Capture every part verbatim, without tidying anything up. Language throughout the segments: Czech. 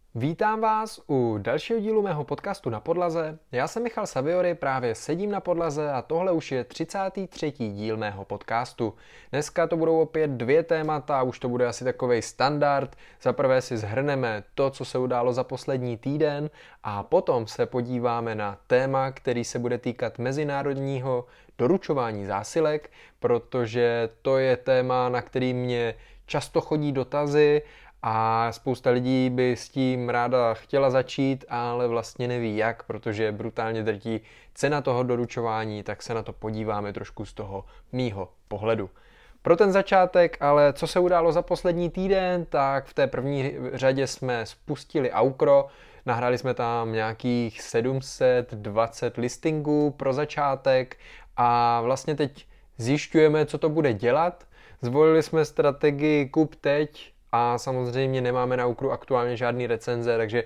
Vítám vás u dalšího dílu mého podcastu Na podlaze. Já jsem Michal Saviory, právě sedím na podlaze a tohle už je třicátý třetí díl mého podcastu. Dneska to budou opět dvě témata, už to bude asi takovej standard. Za prvé si shrneme to, co se událo za poslední týden a potom se podíváme na téma, který se bude týkat mezinárodního doručování zásilek, protože to je téma, na který mě často chodí dotazy a spousta lidí by s tím ráda chtěla začít, ale vlastně neví jak, protože brutálně drtí cena toho doručování, tak se na to podíváme trošku z toho mýho pohledu. Pro ten začátek, ale co se událo za poslední týden, tak v té první řadě jsme spustili Aukro, nahráli jsme tam nějakých sedm set dvacet listingů pro začátek a vlastně teď zjišťujeme, co to bude dělat. Zvolili jsme strategii kup teď, a samozřejmě nemáme na Aukru aktuálně žádný recenze, takže e,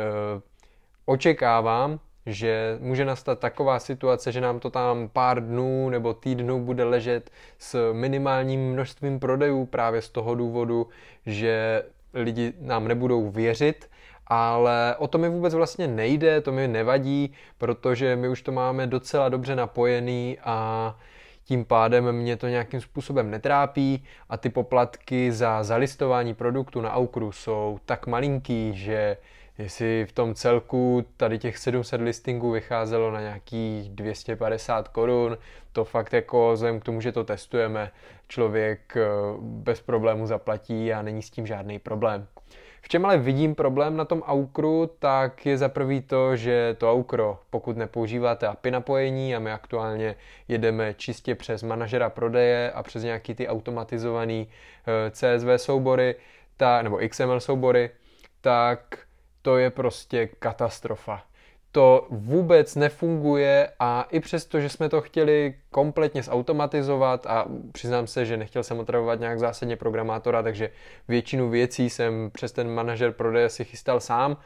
očekávám, že může nastat taková situace, že nám to tam pár dnů nebo týdnů bude ležet s minimálním množstvím prodejů právě z toho důvodu, že lidi nám nebudou věřit, ale o to mi vůbec vlastně nejde, to mi nevadí, protože my už to máme docela dobře napojený a tím pádem mě to nějakým způsobem netrápí a ty poplatky za zalistování produktu na Aukru jsou tak malinký, že jestli v tom celku tady těch sedm set listingů vycházelo na nějakých dvě stě padesát korun, to fakt jako vzhledem k tomu, že to testujeme, člověk bez problému zaplatí a není s tím žádný problém. V čem ale vidím problém na tom Aukru, tak je za prvý to, že to Aukro, pokud nepoužíváte A P I napojení a my aktuálně jedeme čistě přes manažera prodeje a přes nějaký ty automatizovaný C S V soubory, ta, nebo X M L soubory, tak to je prostě katastrofa. To vůbec nefunguje a i přesto, že jsme to chtěli kompletně zautomatizovat a přiznám se, že nechtěl jsem otravovat nějak zásadně programátora, takže většinu věcí jsem přes ten manažer prodeje si chystal sám,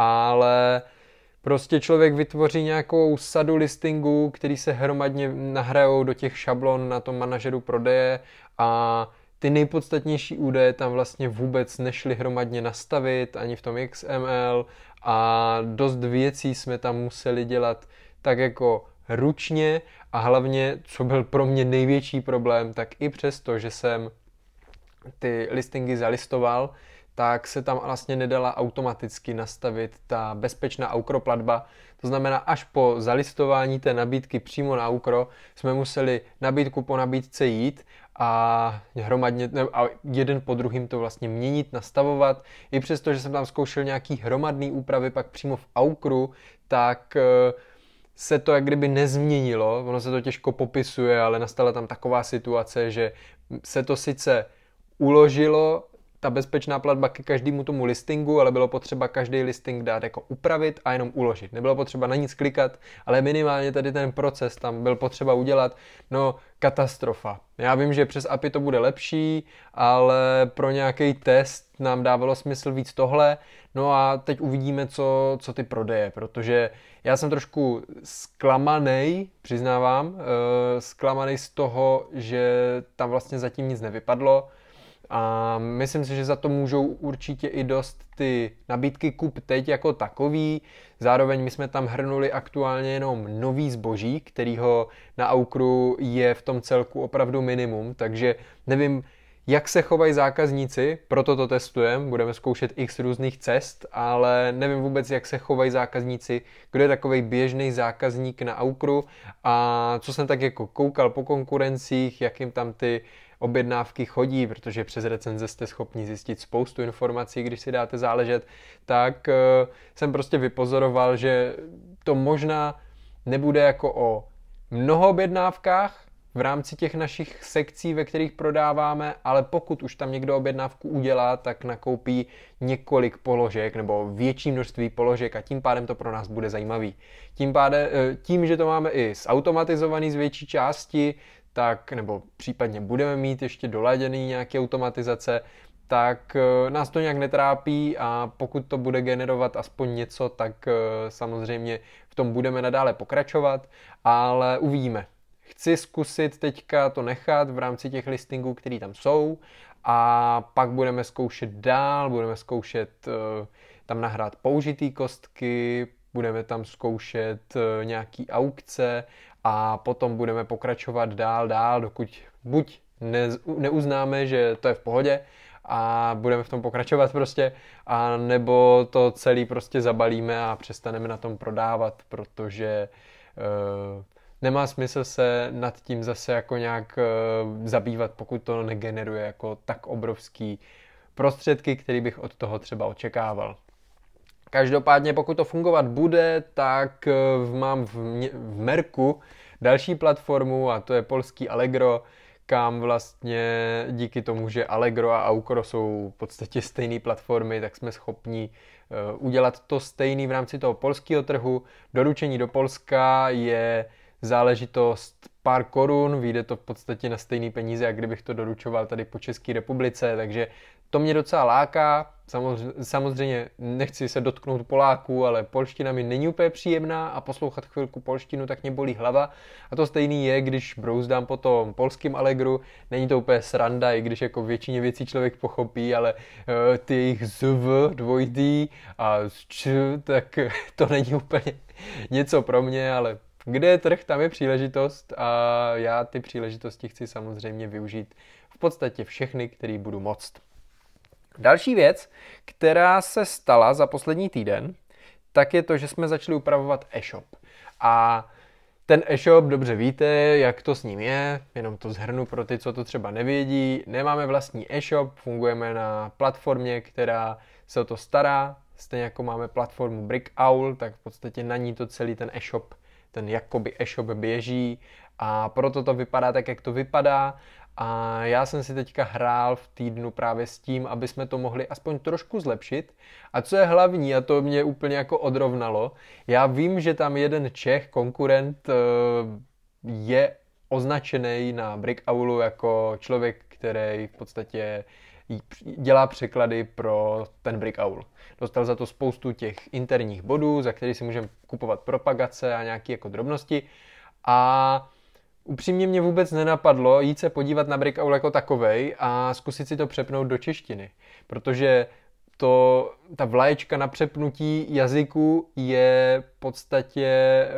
ale prostě člověk vytvoří nějakou sadu listingů, který se hromadně nahrajou do těch šablon na tom manažeru prodeje a ty nejpodstatnější údaje tam vlastně vůbec nešly hromadně nastavit ani v tom X M L a dost věcí jsme tam museli dělat tak jako ručně a hlavně, co byl pro mě největší problém, tak i přesto, že jsem ty listingy zalistoval, tak se tam vlastně nedala automaticky nastavit ta bezpečná Aukro platba. To znamená, až po zalistování té nabídky přímo na Aukro jsme museli nabídku po nabídce jít a hromadně, a jeden po druhým to vlastně měnit, nastavovat. I přesto, že jsem tam zkoušel nějaký hromadný úpravy pak přímo v Aukru, tak se to jak kdyby nezměnilo. Ono se to těžko popisuje, ale nastala tam taková situace, že se to sice uložilo, ta bezpečná platba ke každému tomu listingu, ale bylo potřeba každý listing dát jako upravit a jenom uložit. Nebylo potřeba na nic klikat, ale minimálně tady ten proces tam byl potřeba udělat. No, katastrofa. Já vím, že přes A P I to bude lepší, ale pro nějaký test nám dávalo smysl víc tohle. No a teď uvidíme, co, co ty prodeje, protože já jsem trošku zklamanej, přiznávám, eh, zklamanej z toho, že tam vlastně zatím nic nevypadlo. A myslím si, že za to můžou určitě i dost ty nabídky kup teď jako takový. Zároveň my jsme tam hrnuli aktuálně jenom nový zboží, kterýho na Aukru je v tom celku opravdu minimum, takže nevím, jak se chovají zákazníci, proto to testujeme, budeme zkoušet x různých cest, ale nevím vůbec, jak se chovají zákazníci, kdo je takovej běžný zákazník na Aukru a co jsem tak jako koukal po konkurencích, jak jim tam ty objednávky chodí, protože přes recenze jste schopni zjistit spoustu informací, když si dáte záležet, tak uh, jsem prostě vypozoroval, že to možná nebude jako o mnoho objednávkách v rámci těch našich sekcí, ve kterých prodáváme, ale pokud už tam někdo objednávku udělá, tak nakoupí několik položek nebo větší množství položek a tím pádem to pro nás bude zajímavý. Tím, pádem, tím že to máme i zautomatizovaný z větší části, tak, nebo případně budeme mít ještě doladěný nějaké automatizace, tak nás to nějak netrápí a pokud to bude generovat aspoň něco, tak samozřejmě v tom budeme nadále pokračovat, ale uvidíme. Chci zkusit teďka to nechat v rámci těch listingů, které tam jsou a pak budeme zkoušet dál, budeme zkoušet tam nahrát použitý kostky, budeme tam zkoušet nějaký aukce a potom budeme pokračovat dál, dál, dokud buď ne, neuznáme, že to je v pohodě a budeme v tom pokračovat prostě, a nebo to celý prostě zabalíme a přestaneme na tom prodávat, protože uh, nemá smysl se nad tím zase jako nějak uh, zabývat, pokud to negeneruje jako tak obrovský prostředky, který bych od toho třeba očekával. Každopádně pokud to fungovat bude, tak mám v, v Merku další platformu a to je polský Allegro, kam vlastně díky tomu, že Allegro a Aukro jsou v podstatě stejné platformy, tak jsme schopni uh, udělat to stejný v rámci toho polského trhu. Doručení do Polska je záležitost pár korun, vyjde to v podstatě na stejný peníze, jak kdybych to doručoval tady po České republice, takže to mě docela láká. Samozřejmě nechci se dotknout Poláků, ale polština mi není úplně příjemná a poslouchat chvilku polštinu tak mě bolí hlava. A to stejný je, když brouzdám po tom polském Allegru, není to úplně sranda, i když jako většině věcí člověk pochopí, ale uh, ty jejich zv, dvojitý a č, tak to není úplně něco pro mě, ale kde je trh, tam je příležitost a já ty příležitosti chci samozřejmě využít v podstatě všechny, který budu moct. Další věc, která se stala za poslední týden, tak je to, že jsme začali upravovat e-shop. A ten e-shop, dobře víte, jak to s ním je, jenom to shrnu pro ty, co to třeba nevědí. Nemáme vlastní e-shop, fungujeme na platformě, která se o to stará. Stejně jako máme platformu Brickowl, tak v podstatě na ní to celý ten e-shop, ten jakoby e-shop běží a proto to vypadá tak, jak to vypadá. A já jsem si teďka hrál v týdnu právě s tím, aby jsme to mohli aspoň trošku zlepšit. A co je hlavní, a to mě úplně jako odrovnalo, já vím, že tam jeden Čech, konkurent, je označený na Brickowlu jako člověk, který v podstatě dělá překlady pro ten Brickowl. Dostal za to spoustu těch interních bodů, za který si můžeme kupovat propagace a nějaké jako drobnosti. A upřímně mě vůbec nenapadlo jít se podívat na Brickowl jako takovej a zkusit si to přepnout do češtiny, protože to, ta vlaječka na přepnutí jazyku je v podstatě e,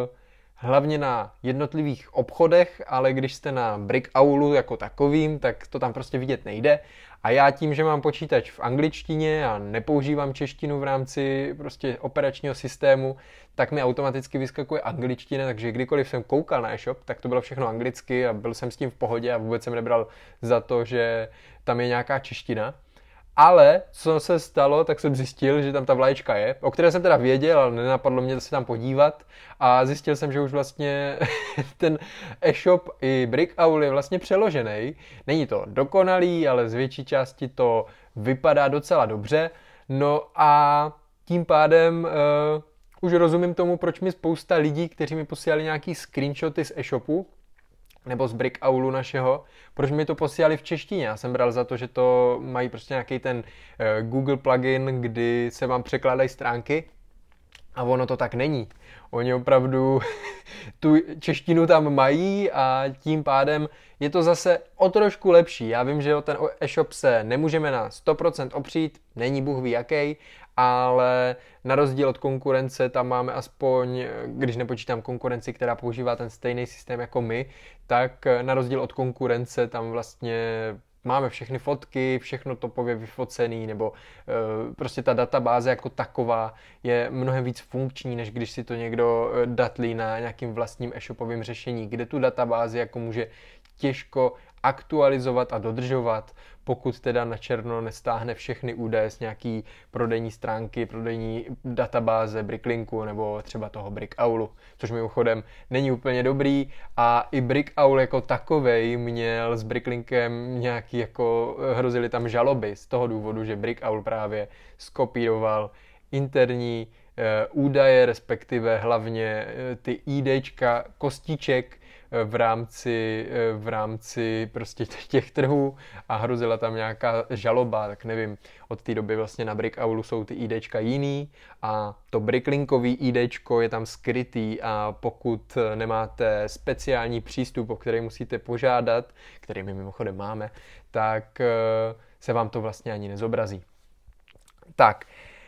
hlavně na jednotlivých obchodech, ale když jste na Brickowlu jako takovým, tak to tam prostě vidět nejde. A já tím, že mám počítač v angličtině a nepoužívám češtinu v rámci prostě operačního systému, tak mi automaticky vyskakuje angličtina, takže kdykoliv jsem koukal na e-shop, tak to bylo všechno anglicky a byl jsem s tím v pohodě a vůbec jsem nebral za to, že tam je nějaká čeština. Ale co se stalo, tak jsem zjistil, že tam ta vlaječka je, o které jsem teda věděl, ale nenapadlo mě se tam podívat a zjistil jsem, že už vlastně ten e-shop i Brickowl je vlastně přeložený. Není to dokonalý, ale z větší části to vypadá docela dobře. No a tím pádem uh, už rozumím tomu, proč mi spousta lidí, kteří mi posílali nějaký screenshoty z e-shopu, nebo z Brickowlu našeho, proč mi to posílali v češtině. Já jsem bral za to, že to mají prostě nějaký ten uh, Google plugin, kdy se vám překládají stránky a ono to tak není. Oni opravdu tu češtinu tam mají a tím pádem je to zase o trošku lepší. Já vím, že o ten e-shop se nemůžeme na sto procent opřít, není bůh ví jaký, ale na rozdíl od konkurence tam máme aspoň, když nepočítám konkurenci, která používá ten stejný systém jako my, tak na rozdíl od konkurence tam vlastně máme všechny fotky, všechno topově vyfocený, nebo e, prostě ta databáze jako taková je mnohem víc funkční, než když si to někdo datlí na nějakým vlastním e-shopovým řešení, kde tu databázi jako může těžko aktualizovat a dodržovat, pokud teda na černo nestáhne všechny údaje z nějaký prodejní stránky, prodejní databáze Bricklinku nebo třeba toho Brickowlu, což mimochodem není úplně dobrý a i Brickowl jako takovej měl s Bricklinkem nějaký jako, hrozily tam žaloby z toho důvodu, že Brickowl právě skopíroval interní e, údaje, respektive hlavně e, ty IDčka kostiček v rámci, v rámci prostě těch trhů a hrozila tam nějaká žaloba, tak nevím, od té doby vlastně na Brickowlu jsou ty IDčka jiný a to Bricklinkový IDčko je tam skrytý a pokud nemáte speciální přístup, o který musíte požádat, který my mimochodem máme, tak se vám to vlastně ani nezobrazí. Tak,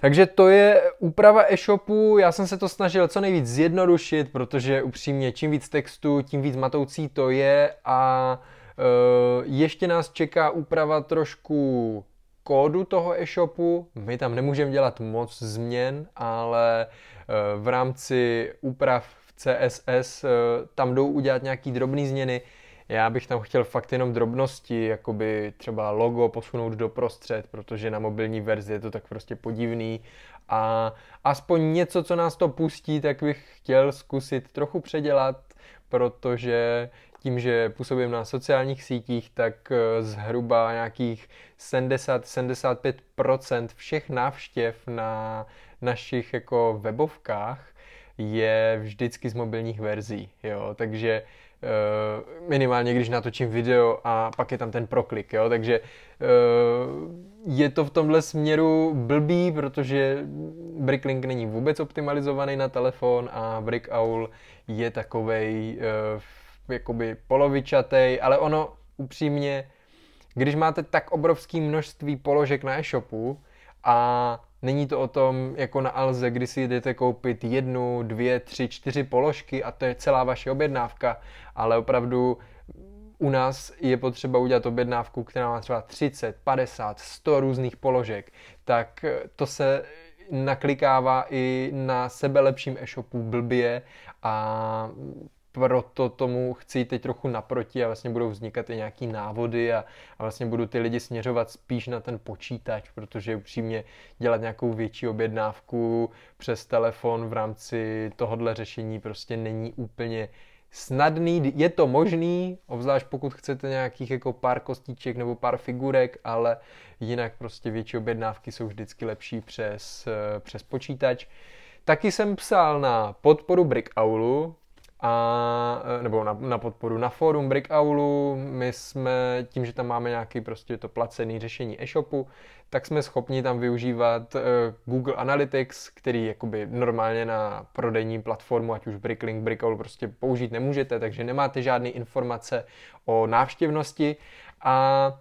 Takže to je úprava e-shopu, já jsem se to snažil co nejvíc zjednodušit, protože upřímně čím víc textu, tím víc matoucí to je a e, ještě nás čeká úprava trošku kódu toho e-shopu. My tam nemůžeme dělat moc změn, ale e, v rámci úprav v C S S e, tam jdou udělat nějaký drobné změny. Já bych tam chtěl fakt jenom drobnosti, jakoby třeba logo posunout doprostřed, protože na mobilní verzi je to tak prostě podivný. A aspoň něco, co nás to pustí, tak bych chtěl zkusit trochu předělat, protože tím, že působím na sociálních sítích, tak zhruba nějakých sedmdesát až sedmdesát pět procent všech návštěv na našich jako webovkách je vždycky z mobilních verzí, jo, takže Uh, minimálně když natočím video a pak je tam ten proklik, jo, takže uh, je to v tomhle směru blbý, protože Bricklink není vůbec optimalizovaný na telefon a Brickowl je takovej uh, jakoby polovičatej, ale ono upřímně, když máte tak obrovské množství položek na e-shopu a není to o tom, jako na Alze, kdy si jdete koupit jednu, dvě, tři, čtyři položky a to je celá vaše objednávka, ale opravdu u nás je potřeba udělat objednávku, která má třeba třicet, padesát, sto různých položek, tak to se naklikává i na sebelepším e-shopu blbě a proto tomu chci teď trochu naproti a vlastně budou vznikat i nějaký návody a, a vlastně budu ty lidi směřovat spíš na ten počítač, protože upřímně dělat nějakou větší objednávku přes telefon v rámci tohohle řešení prostě není úplně snadný. Je to možný, obzvlášť pokud chcete nějakých jako pár kostiček nebo pár figurek, ale jinak prostě větší objednávky jsou vždycky lepší přes, přes počítač. Taky jsem psal na podporu Brickowlu, a, nebo na, na podporu na fórum Brickowlu. My jsme, tím, že tam máme nějaký prostě to placený řešení e-shopu, tak jsme schopni tam využívat uh, Google Analytics, který jakoby normálně na prodejní platformu, ať už Bricklink, Brickowl, prostě použít nemůžete, takže nemáte žádné informace o návštěvnosti a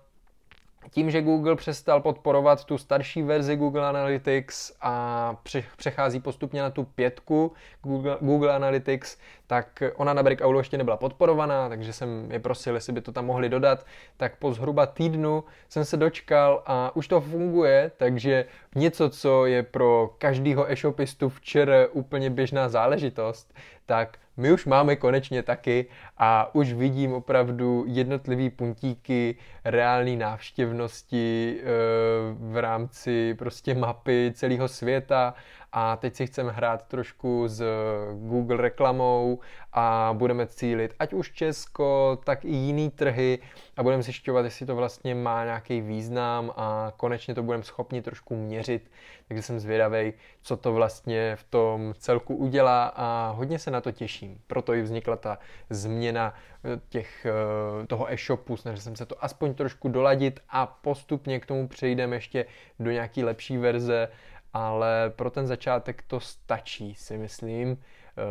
tím, že Google přestal podporovat tu starší verzi Google Analytics a přechází postupně na tu pětku Google, Google Analytics, tak ona na Brickowlu ještě nebyla podporovaná, takže jsem je prosil, jestli by to tam mohli dodat. Tak po zhruba týdnu jsem se dočkal a už to funguje, takže něco, co je pro každýho e-shopistu včera úplně běžná záležitost, tak my už máme konečně taky a už vidím opravdu jednotlivý puntíky reální návštěvnosti e, v rámci prostě mapy celého světa a teď si chceme hrát trošku s Google reklamou a budeme cílit ať už Česko, tak i jiný trhy a budeme zjišťovat, jestli to vlastně má nějaký význam a konečně to budeme schopni trošku měřit, takže jsem zvědavej, co to vlastně v tom celku udělá a hodně se na to těším. Proto i vznikla ta změna těch, toho e-shopu, snažil jsem se to aspoň trošku doladit a postupně k tomu přejdeme ještě do nějaký lepší verze, ale pro ten začátek to stačí, si myslím. Uh,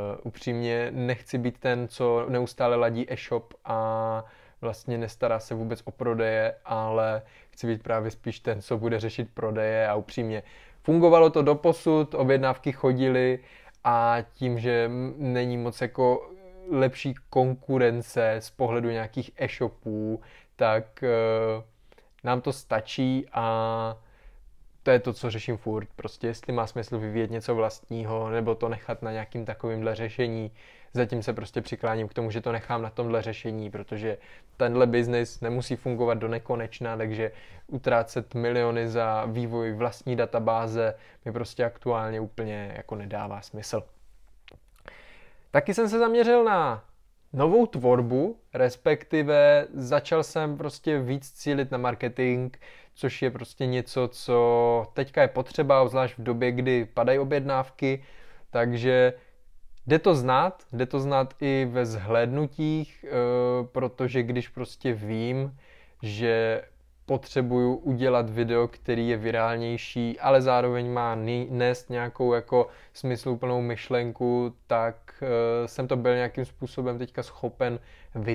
upřímně nechci být ten, co neustále ladí e-shop a vlastně nestará se vůbec o prodeje, ale chci být právě spíš ten, co bude řešit prodeje a upřímně fungovalo to doposud, objednávky chodily a tím, že není moc jako lepší konkurence z pohledu nějakých e-shopů, tak uh, nám to stačí a to je to, co řeším furt. Prostě jestli má smysl vyvíjet něco vlastního, nebo to nechat na nějakým takovýmhle řešení. Zatím se prostě přikláním k tomu, že to nechám na tomhle řešení, protože tenhle biznis nemusí fungovat do nekonečna, takže utrácet miliony za vývoj vlastní databáze mi prostě aktuálně úplně jako nedává smysl. Taky jsem se zaměřil na novou tvorbu, respektive začal jsem prostě víc cílit na marketing, což je prostě něco, co teďka je potřeba, zvlášť v době, kdy padají objednávky, takže jde to znát, jde to znát i ve zhlédnutích, protože když prostě vím, že potřebuju udělat video, který je virálnější, ale zároveň má nést nějakou jako smysluplnou myšlenku, tak uh, jsem to byl nějakým způsobem teďka schopen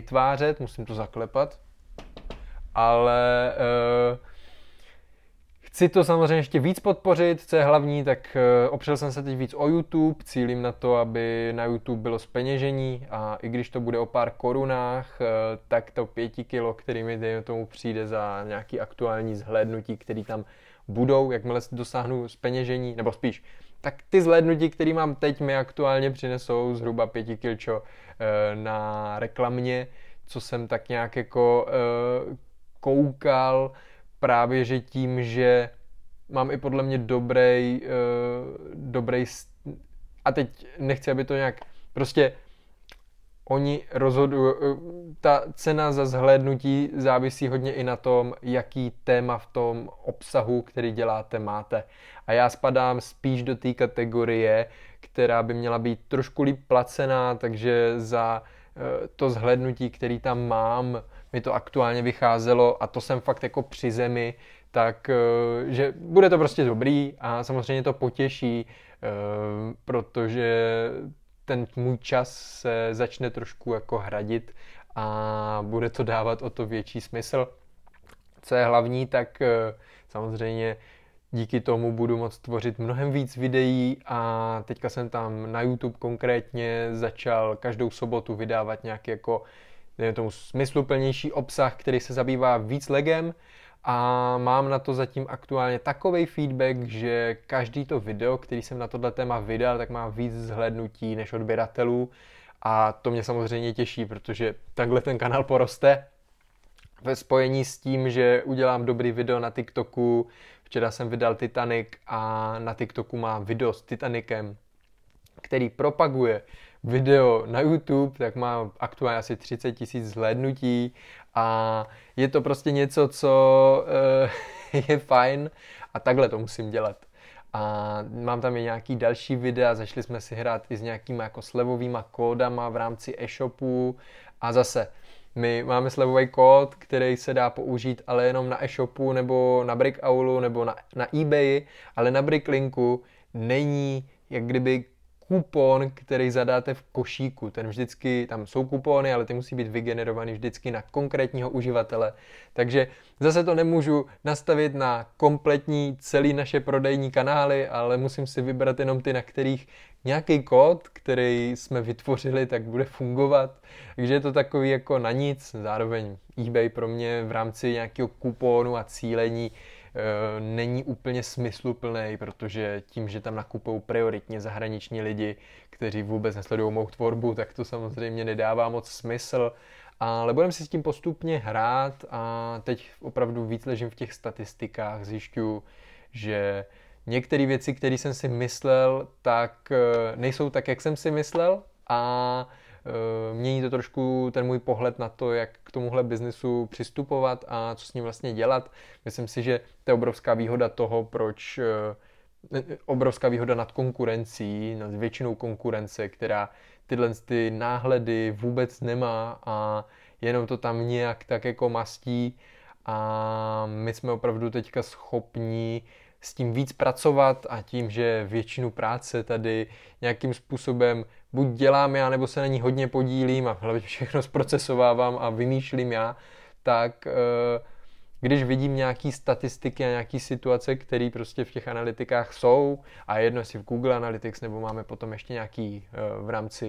vytvářet, musím to zaklepat, ale uh, Chci to samozřejmě ještě víc podpořit, co je hlavní, tak opřel jsem se teď víc o YouTube, cílím na to, aby na YouTube bylo zpeněžení a i když to bude o pár korunách, tak to pěti kilo, který mi dejme tomu přijde za nějaký aktuální zhlédnutí, který tam budou, jakmile dosáhnu zpeněžení, nebo spíš, tak ty zhlédnutí, který mám teď, mi aktuálně přinesou zhruba pěti kilčo na reklamě, co jsem tak nějak jako koukal, právě že tím, že mám i podle mě dobrý, uh, dobrý a teď nechci, aby to nějak, prostě oni rozhodují, ta cena za zhlédnutí závisí hodně i na tom, jaký téma v tom obsahu, který děláte, máte. A já spadám spíš do té kategorie, která by měla být trošku líp placená, takže za uh, to zhlédnutí, který tam mám, mi to aktuálně vycházelo a to jsem fakt jako při zemi, tak že bude to prostě dobrý a samozřejmě to potěší, protože ten můj čas se začne trošku jako hradit a bude to dávat o to větší smysl. Co je hlavní, tak samozřejmě díky tomu budu moct tvořit mnohem víc videí a teďka jsem tam na YouTube konkrétně začal každou sobotu vydávat nějaký jako dejme tomu smysluplnější obsah, který se zabývá víc legem a mám na to zatím aktuálně takovej feedback, že každý to video, který jsem na tohle téma vydal, tak má víc zhlédnutí než odběratelů a to mě samozřejmě těší, protože takhle ten kanál poroste ve spojení s tím, že udělám dobrý video na TikToku. Včera jsem vydal Titanic a na TikToku mám video s Titanicem, který propaguje video na YouTube, tak má aktuálně asi třicet tisíc zhlédnutí a je to prostě něco, co uh, je fajn a takhle to musím dělat. A mám tam i nějaký další videa, začali jsme si hrát i s nějakýma jako slevovýma kódama v rámci e-shopu a zase my máme slevový kód, který se dá použít ale jenom na e-shopu nebo na Brickoulu nebo na, na eBay, ale na Bricklinku není jak kdyby kupon, který zadáte v košíku. Ten vždycky, tam jsou kupony, ale ty musí být vygenerovaný vždycky na konkrétního uživatele. Takže zase to nemůžu nastavit na kompletní celý naše prodejní kanály, ale musím si vybrat jenom ty, na kterých nějaký kód, který jsme vytvořili, tak bude fungovat. Takže je to takový jako na nic. Zároveň eBay pro mě v rámci nějakého kuponu a cílení není úplně smysluplný, protože tím, že tam nakupují prioritně zahraniční lidi, kteří vůbec nesledují mou tvorbu, tak to samozřejmě nedává moc smysl. Ale budeme si s tím postupně hrát a teď opravdu víc ležím v těch statistikách, zjišťuju, že některé věci, které jsem si myslel, tak nejsou tak, jak jsem si myslel a mění to trošku ten můj pohled na to, jak k tomuhle biznesu přistupovat a co s ním vlastně dělat. Myslím si, že to je obrovská výhoda toho, proč obrovská výhoda nad konkurencí, nad většinou konkurence, která tyhle ty náhledy vůbec nemá a jenom to tam nějak tak jako mastí a my jsme opravdu teďka schopní s tím víc pracovat a tím, že většinu práce tady nějakým způsobem buď dělám já, nebo se na ní hodně podílím a hlavně všechno zprocesovávám a vymýšlím já, tak když vidím nějaký statistiky a nějaký situace, které prostě v těch analytikách jsou a jedno jestli v Google Analytics nebo máme potom ještě nějaký v rámci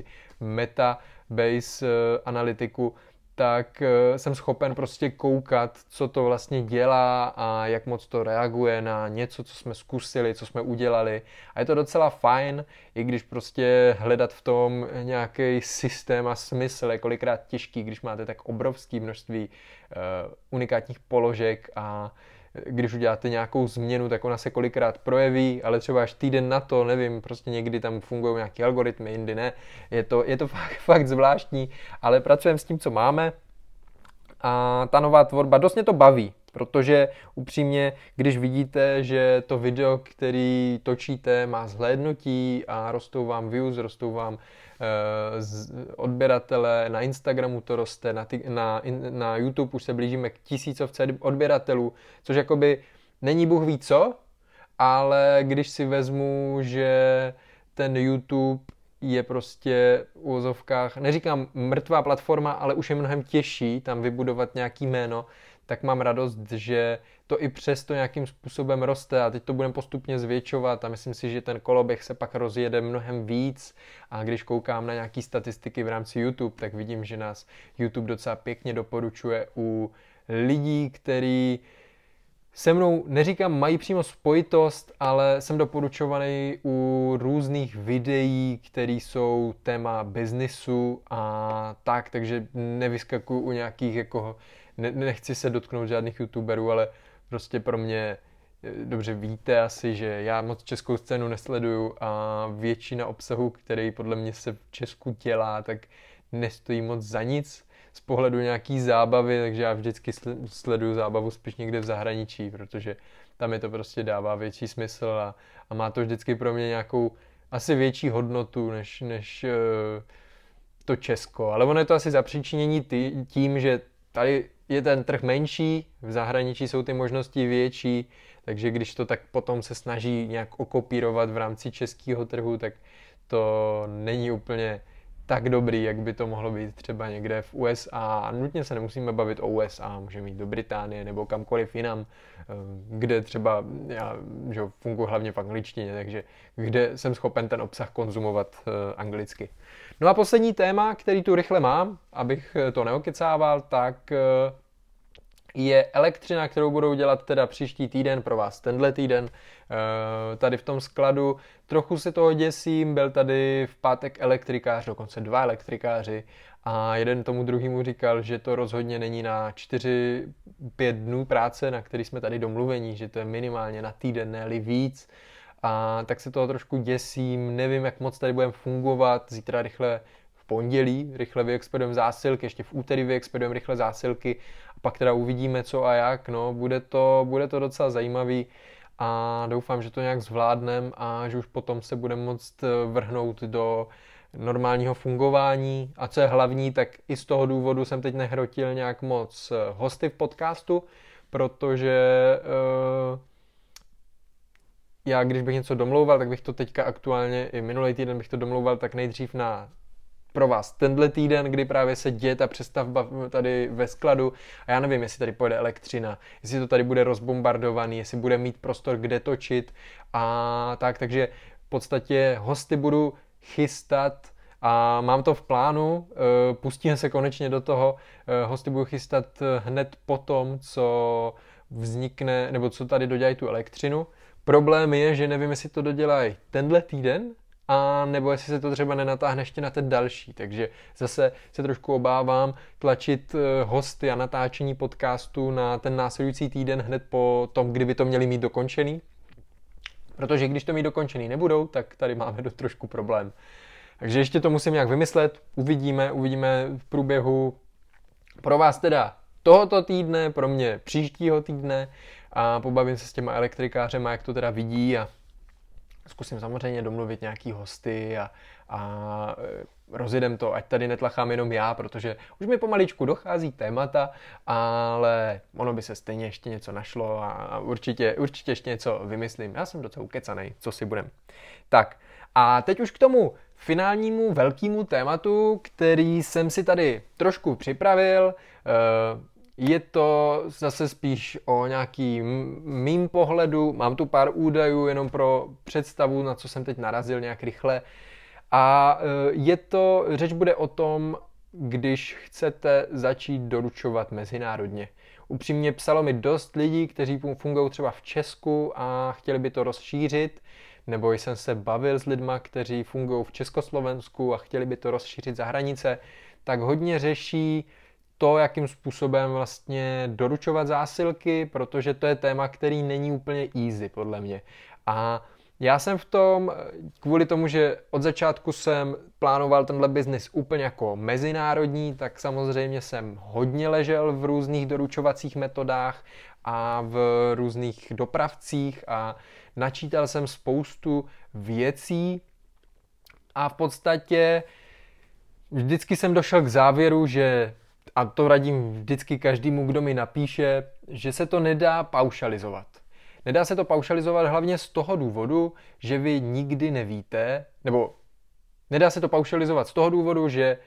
Metabase analytiku, tak jsem schopen prostě koukat, co to vlastně dělá a jak moc to reaguje na něco, co jsme zkusili, co jsme udělali. A je to docela fajn, i když prostě hledat v tom nějaký systém a smysl je kolikrát těžký, když máte tak obrovské množství uh, unikátních položek a když uděláte nějakou změnu, tak ona se kolikrát projeví, ale třeba až týden na to, nevím, prostě někdy tam fungují nějaké algoritmy, jindy ne. Je to, je to fakt, fakt zvláštní, ale pracujeme s tím, co máme a ta nová tvorba dost mě to baví, protože upřímně, když vidíte, že to video, který točíte, má zhlédnutí a rostou vám views, rostou vám odběratele, na Instagramu to roste, na, ty, na, na YouTube už se blížíme k tisícovce odběratelů, což jakoby není bůh ví co, ale když si vezmu, že ten YouTube je prostě v uvozovkách, neříkám mrtvá platforma, ale už je mnohem těžší tam vybudovat nějaký jméno, tak mám radost, že to i přesto nějakým způsobem roste a teď to budeme postupně zvětšovat a myslím si, že ten koloběh se pak rozjede mnohem víc a když koukám na nějaký statistiky v rámci YouTube, tak vidím, že nás YouTube docela pěkně doporučuje u lidí, který se mnou, neříkám, mají přímo spojitost, ale jsem doporučovaný u různých videí, které jsou téma biznisu a tak, takže nevyskakuju u nějakých, jako, ne, nechci se dotknout žádných youtuberů, ale prostě pro mě, dobře víte asi, že já moc českou scénu nesleduju a většina obsahu, který podle mě se v Česku dělá, tak nestojí moc za nic z pohledu nějaký zábavy, takže já vždycky sleduju zábavu spíš někde v zahraničí, protože tam je to prostě dává větší smysl a, a má to vždycky pro mě nějakou asi větší hodnotu než, než uh, to Česko. Ale ono je to asi zapříčinění tím, že tady je ten trh menší, v zahraničí jsou ty možnosti větší, takže když to tak potom se snaží nějak okopírovat v rámci českého trhu, tak to není úplně tak dobrý, jak by to mohlo být třeba někde v U S A. A nutně se nemusíme bavit o U S A, můžeme jít do Británie nebo kamkoliv jinam, kde třeba, já že funguji hlavně v angličtině, takže kde jsem schopen ten obsah konzumovat anglicky. No a poslední téma, který tu rychle mám, abych to neokecával, tak je elektřina, kterou budou dělat teda příští týden pro vás, tenhle týden tady v tom skladu. Trochu se toho děsím, byl tady v pátek elektrikář, dokonce dva elektrikáři a jeden tomu druhému říkal, že to rozhodně není na čtyři pět dnů práce, na který jsme tady domluvení, že to je minimálně na týden, ne-li víc. A tak se toho trošku děsím, nevím, jak moc tady budeme fungovat, zítra rychle v pondělí, rychle vyexpedujeme zásilky, ještě v úterý vyexpedujeme rychle zásilky a pak teda uvidíme co a jak, no, bude to, bude to docela zajímavý a doufám, že to nějak zvládnem a že už potom se budeme moct vrhnout do normálního fungování a co je hlavní, tak i z toho důvodu jsem teď nehrotil nějak moc hosty v podcastu, protože uh, já když bych něco domlouval, tak bych to teďka aktuálně, i minulý týden bych to domlouval tak nejdřív na pro vás tenhle týden, kdy právě se děje ta přestavba tady ve skladu a já nevím, jestli tady pojede elektřina, jestli to tady bude rozbombardovaný, jestli bude mít prostor kde točit a tak, takže v podstatě hosty budu chystat a mám to v plánu, pustíme se konečně do toho, hosty budu chystat hned po tom, co vznikne, nebo co tady dodělají tu elektřinu. Problém je, že nevím, jestli to dodělají tenhle týden, a nebo jestli se to třeba nenatáhne ještě na ten další. Takže zase se trošku obávám tlačit hosty a natáčení podcastu na ten následující týden hned po tom, kdyby to měli mít dokončený. Protože když to mít dokončený nebudou, tak tady máme do trošku problém. Takže ještě to musím nějak vymyslet, uvidíme, uvidíme v průběhu pro vás teda tohoto týdne, pro mě příštího týdne a pobavím se s těma elektrikářema, jak to teda vidí a zkusím samozřejmě domluvit nějaký hosty a, a rozjedem to, ať tady netlachám jenom já, protože už mi pomaličku dochází témata, ale ono by se stejně ještě něco našlo a, a určitě, určitě ještě něco vymyslím. Já jsem docela ukecanej, co si budem. Tak a teď už k tomu finálnímu velkému tématu, který jsem si tady trošku připravil. Je to zase spíš o nějaký mým pohledu, mám tu pár údajů jenom pro představu, na co jsem teď narazil nějak rychle. A je to, řeč bude o tom, když chcete začít doručovat mezinárodně. Upřímně psalo mi dost lidí, kteří fungují třeba v Česku a chtěli by to rozšířit, nebo jsem se bavil s lidma, kteří fungují v Československu a chtěli by to rozšířit za hranice, tak hodně řeší to, jakým způsobem vlastně doručovat zásilky, protože to je téma, který není úplně easy, podle mě. A já jsem v tom, kvůli tomu, že od začátku jsem plánoval tenhle biznis úplně jako mezinárodní, tak samozřejmě jsem hodně ležel v různých doručovacích metodách a v různých dopravcích a načítal jsem spoustu věcí a v podstatě vždycky jsem došel k závěru, že a to radím vždycky každému, kdo mi napíše, že se to nedá paušalizovat. Nedá se to paušalizovat hlavně z toho důvodu, že vy nikdy nevíte, nebo nedá se to paušalizovat z toho důvodu, že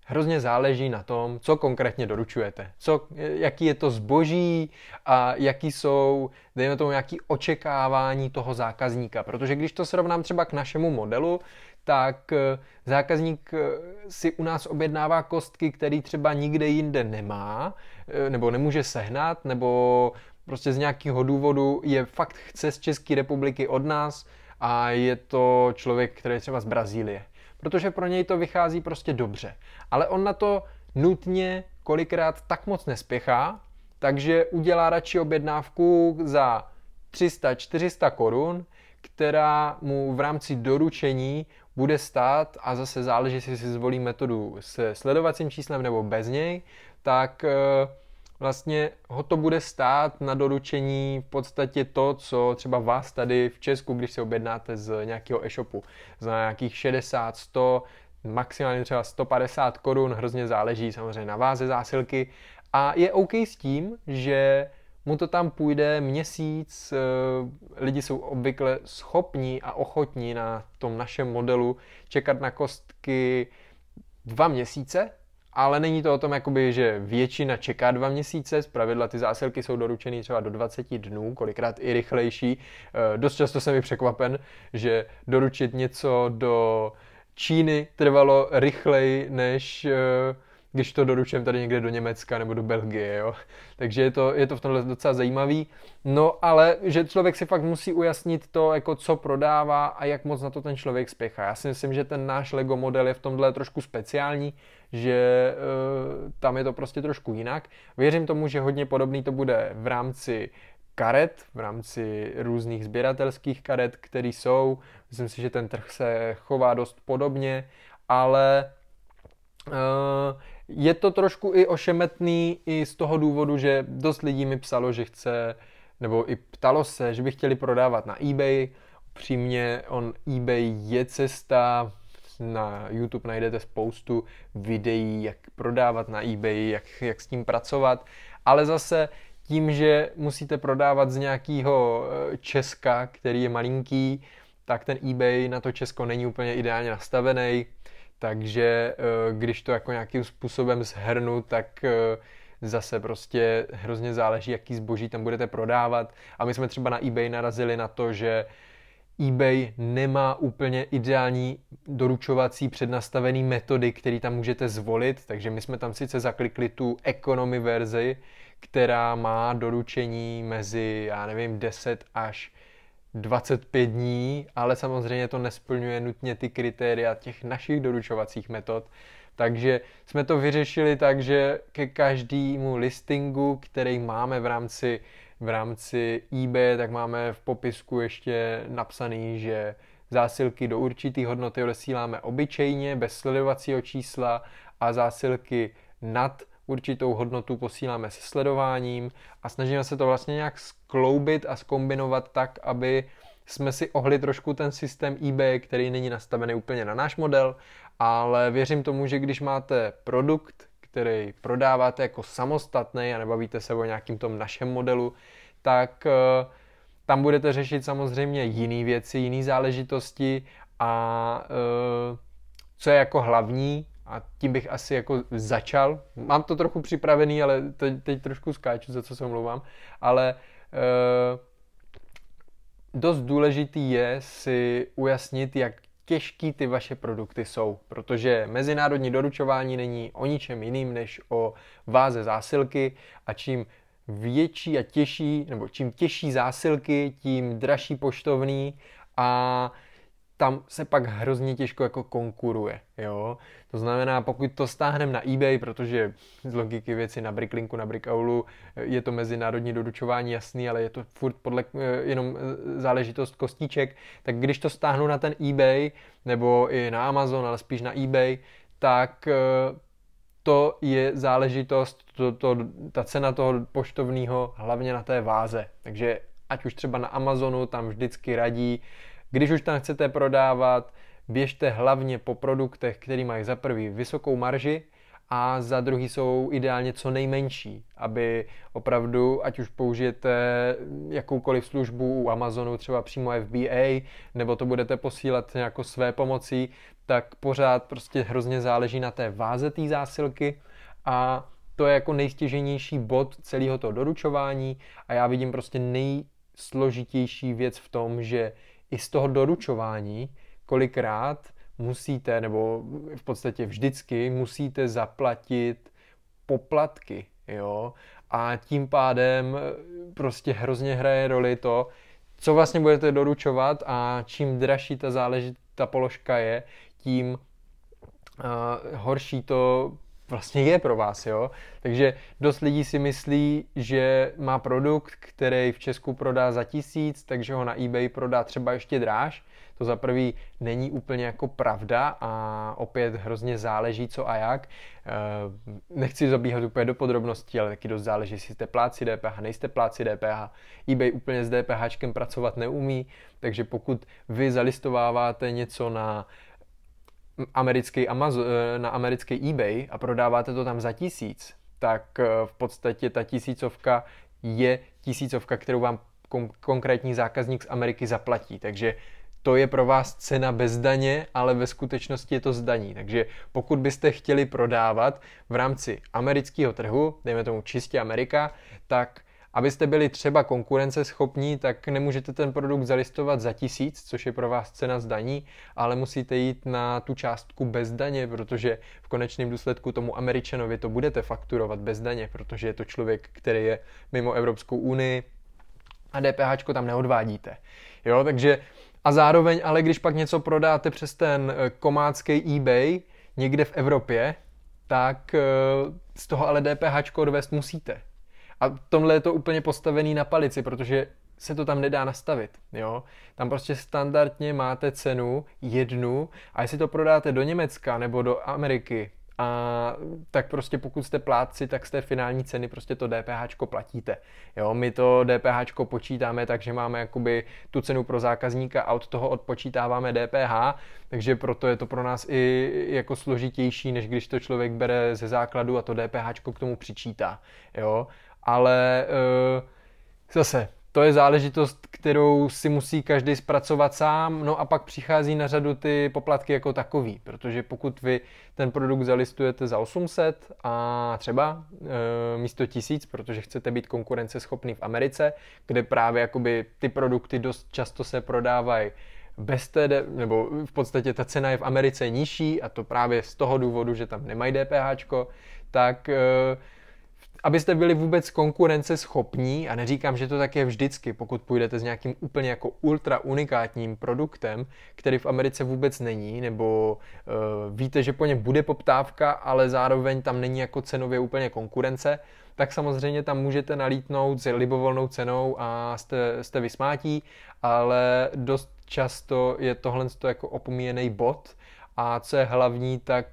hrozně záleží na tom, co konkrétně doručujete. Co, jaký je to zboží a jaký jsou, dejme tomu, nějaký očekávání toho zákazníka. Protože když to srovnám třeba k našemu modelu, tak zákazník si u nás objednává kostky, který třeba nikde jinde nemá, nebo nemůže sehnat, nebo prostě z nějakého důvodu je fakt chce z České republiky od nás a je to člověk, který je třeba z Brazílie. Protože pro něj to vychází prostě dobře. Ale on na to nutně kolikrát tak moc nespěchá, takže udělá radši objednávku za tři sta čtyři sta korun, která mu v rámci doručení bude stát, a zase záleží, jestli si zvolí metodu se sledovacím číslem nebo bez něj, tak vlastně ho to bude stát na doručení v podstatě to, co třeba vás tady v Česku, když si objednáte z nějakého e-shopu, za nějakých šedesát, sto, maximálně třeba sto padesát korun, hrozně záleží samozřejmě na váze zásilky, a je OK s tím, že mu to tam půjde měsíc, lidi jsou obvykle schopní a ochotní na tom našem modelu čekat na kostky dva měsíce, ale není to o tom, jakoby, že většina čeká dva měsíce, zpravidla ty zásilky jsou doručený třeba do dvacet dnů, kolikrát i rychlejší. Dost často jsem i překvapen, že doručit něco do Číny trvalo rychleji, než když to doručím tady někde do Německa nebo do Belgie, jo. Takže je to, je to v tomhle docela zajímavý. No ale, že člověk si fakt musí ujasnit to, jako co prodává a jak moc na to ten člověk spěchá. Já si myslím, že ten náš Lego model je v tomhle trošku speciální, že e, tam je to prostě trošku jinak. Věřím tomu, že hodně podobný to bude v rámci karet, v rámci různých sběratelských karet, které jsou. Myslím si, že ten trh se chová dost podobně, ale e, je to trošku i ošemetný i z toho důvodu, že dost lidí mi psalo, že chce, nebo i ptalo se, že by chtěli prodávat na eBay. Upřímně, on eBay je cesta, na YouTube najdete spoustu videí, jak prodávat na eBay, jak, jak s tím pracovat, ale zase tím, že musíte prodávat z nějakého Česka, který je malinký, tak ten eBay na to Česko není úplně ideálně nastavený. Takže když to jako nějakým způsobem shrnu, tak zase prostě hrozně záleží, jaký zboží tam budete prodávat. A my jsme třeba na eBay narazili na to, že eBay nemá úplně ideální doručovací přednastavený metody, které tam můžete zvolit, takže my jsme tam sice zaklikli tu economy verzi, která má doručení mezi, já nevím, deset až dvacet pět dní, ale samozřejmě to nesplňuje nutně ty kritéria těch našich doručovacích metod. Takže jsme to vyřešili tak, že ke každému listingu, který máme v rámci, v rámci eBay, tak máme v popisku ještě napsaný, že zásilky do určitý hodnoty odesíláme obyčejně, bez sledovacího čísla, a zásilky nad určitou hodnotu posíláme se sledováním, a snažíme se to vlastně nějak skloubit a zkombinovat tak, aby jsme si ohli trošku ten systém eBay, který není nastavený úplně na náš model, ale věřím tomu, že když máte produkt, který prodáváte jako samostatný a nebavíte se o nějakým tom našem modelu, tak uh, tam budete řešit samozřejmě jiné věci, jiné záležitosti, a uh, co je jako hlavní, a tím bych asi jako začal. Mám to trochu připravený, ale teď, teď trošku skáču, za co se omlouvám, ale uh, dost důležitý je si ujasnit, jak těžký ty vaše produkty jsou, protože mezinárodní doručování není o ničem jiným než o váze zásilky, a čím větší a těžší, nebo čím těžší zásilky, tím dražší poštovný, a tam se pak hrozně těžko jako konkuruje, jo. To znamená, pokud to stáhneme na eBay, protože z logiky věci na Bricklinku, na Brickaulu je to mezinárodní doručování jasný, ale je to furt podle jenom záležitost kostíček, tak když to stáhnu na ten eBay, nebo i na Amazon, ale spíš na eBay, tak to je záležitost, to, to, ta cena toho poštovního hlavně na té váze. Takže ať už třeba na Amazonu, tam vždycky radí, když už tam chcete prodávat, běžte hlavně po produktech, který mají za prvý vysokou marži, a za druhý jsou ideálně co nejmenší, aby opravdu, ať už použijete jakoukoliv službu u Amazonu, třeba přímo F B A, nebo to budete posílat jako své pomocí, tak pořád prostě hrozně záleží na té váze té zásilky a to je jako nejstěžejnější bod celého toho doručování a já vidím prostě nejsložitější věc v tom, že i z toho doručování kolikrát musíte, nebo v podstatě vždycky musíte zaplatit poplatky, jo, a tím pádem prostě hrozně hraje roli to, co vlastně budete doručovat a čím dražší ta záležit, ta položka je, tím uh, horší to vlastně je pro vás, jo. Takže dost lidí si myslí, že má produkt, který v Česku prodá za tisíc, takže ho na eBay prodá třeba ještě dráž. To za prvý není úplně jako pravda a opět hrozně záleží co a jak. Nechci zabíhat úplně do podrobností, ale taky dost záleží, jestli jste plátci D P H, nejste plátci D P H. eBay úplně s DPHčkem pracovat neumí, takže pokud vy zalistováváte něco na americký Amazon, na americký eBay a prodáváte to tam za tisíc, tak v podstatě ta tisícovka je tisícovka, kterou vám kon- konkrétní zákazník z Ameriky zaplatí. Takže to je pro vás cena bez daně, ale ve skutečnosti je to z daní. Takže pokud byste chtěli prodávat v rámci amerického trhu, dejme tomu čistě Amerika, tak abyste byli třeba konkurenceschopní, tak nemůžete ten produkt zalistovat za tisíc, což je pro vás cena z daní, ale musíte jít na tu částku bez daně, protože v konečném důsledku tomu Američanovi to budete fakturovat bez daně, protože je to člověk, který je mimo Evropskou unii a DPHčko tam neodvádíte. Jo, takže a zároveň, ale když pak něco prodáte přes ten komátský eBay někde v Evropě, tak z toho ale DPHčko odvést musíte. A tomhle je to úplně postavený na palici, protože se to tam nedá nastavit. Jo? Tam prostě standardně máte cenu jednu a jestli to prodáte do Německa nebo do Ameriky, a tak prostě pokud jste plátci, tak z té finální ceny prostě to DPHčko platíte. Jo? My to DPHčko počítáme tak, že máme jakoby tu cenu pro zákazníka a od toho odpočítáváme D P H, takže proto je to pro nás i jako složitější, než když to člověk bere ze základu a to DPHčko k tomu přičítá. Jo? Ale e, zase, to je záležitost, kterou si musí každý zpracovat sám, no a pak přichází na řadu ty poplatky jako takový, protože pokud vy ten produkt zalistujete za osm set a třeba e, místo tisíc, protože chcete být konkurenceschopný v Americe, kde právě jakoby ty produkty dost často se prodávají bez té, nebo v podstatě ta cena je v Americe nižší a to právě z toho důvodu, že tam nemají DPHčko, tak e, abyste byli vůbec konkurenceschopní, a neříkám, že to tak je vždycky, pokud půjdete s nějakým úplně jako ultra unikátním produktem, který v Americe vůbec není, nebo uh, víte, že po něm bude poptávka, ale zároveň tam není jako cenově úplně konkurence, tak samozřejmě tam můžete nalítnout s libovolnou cenou a jste, jste vysmátí, ale dost často je tohle jako opomíjený bod a co je hlavní, tak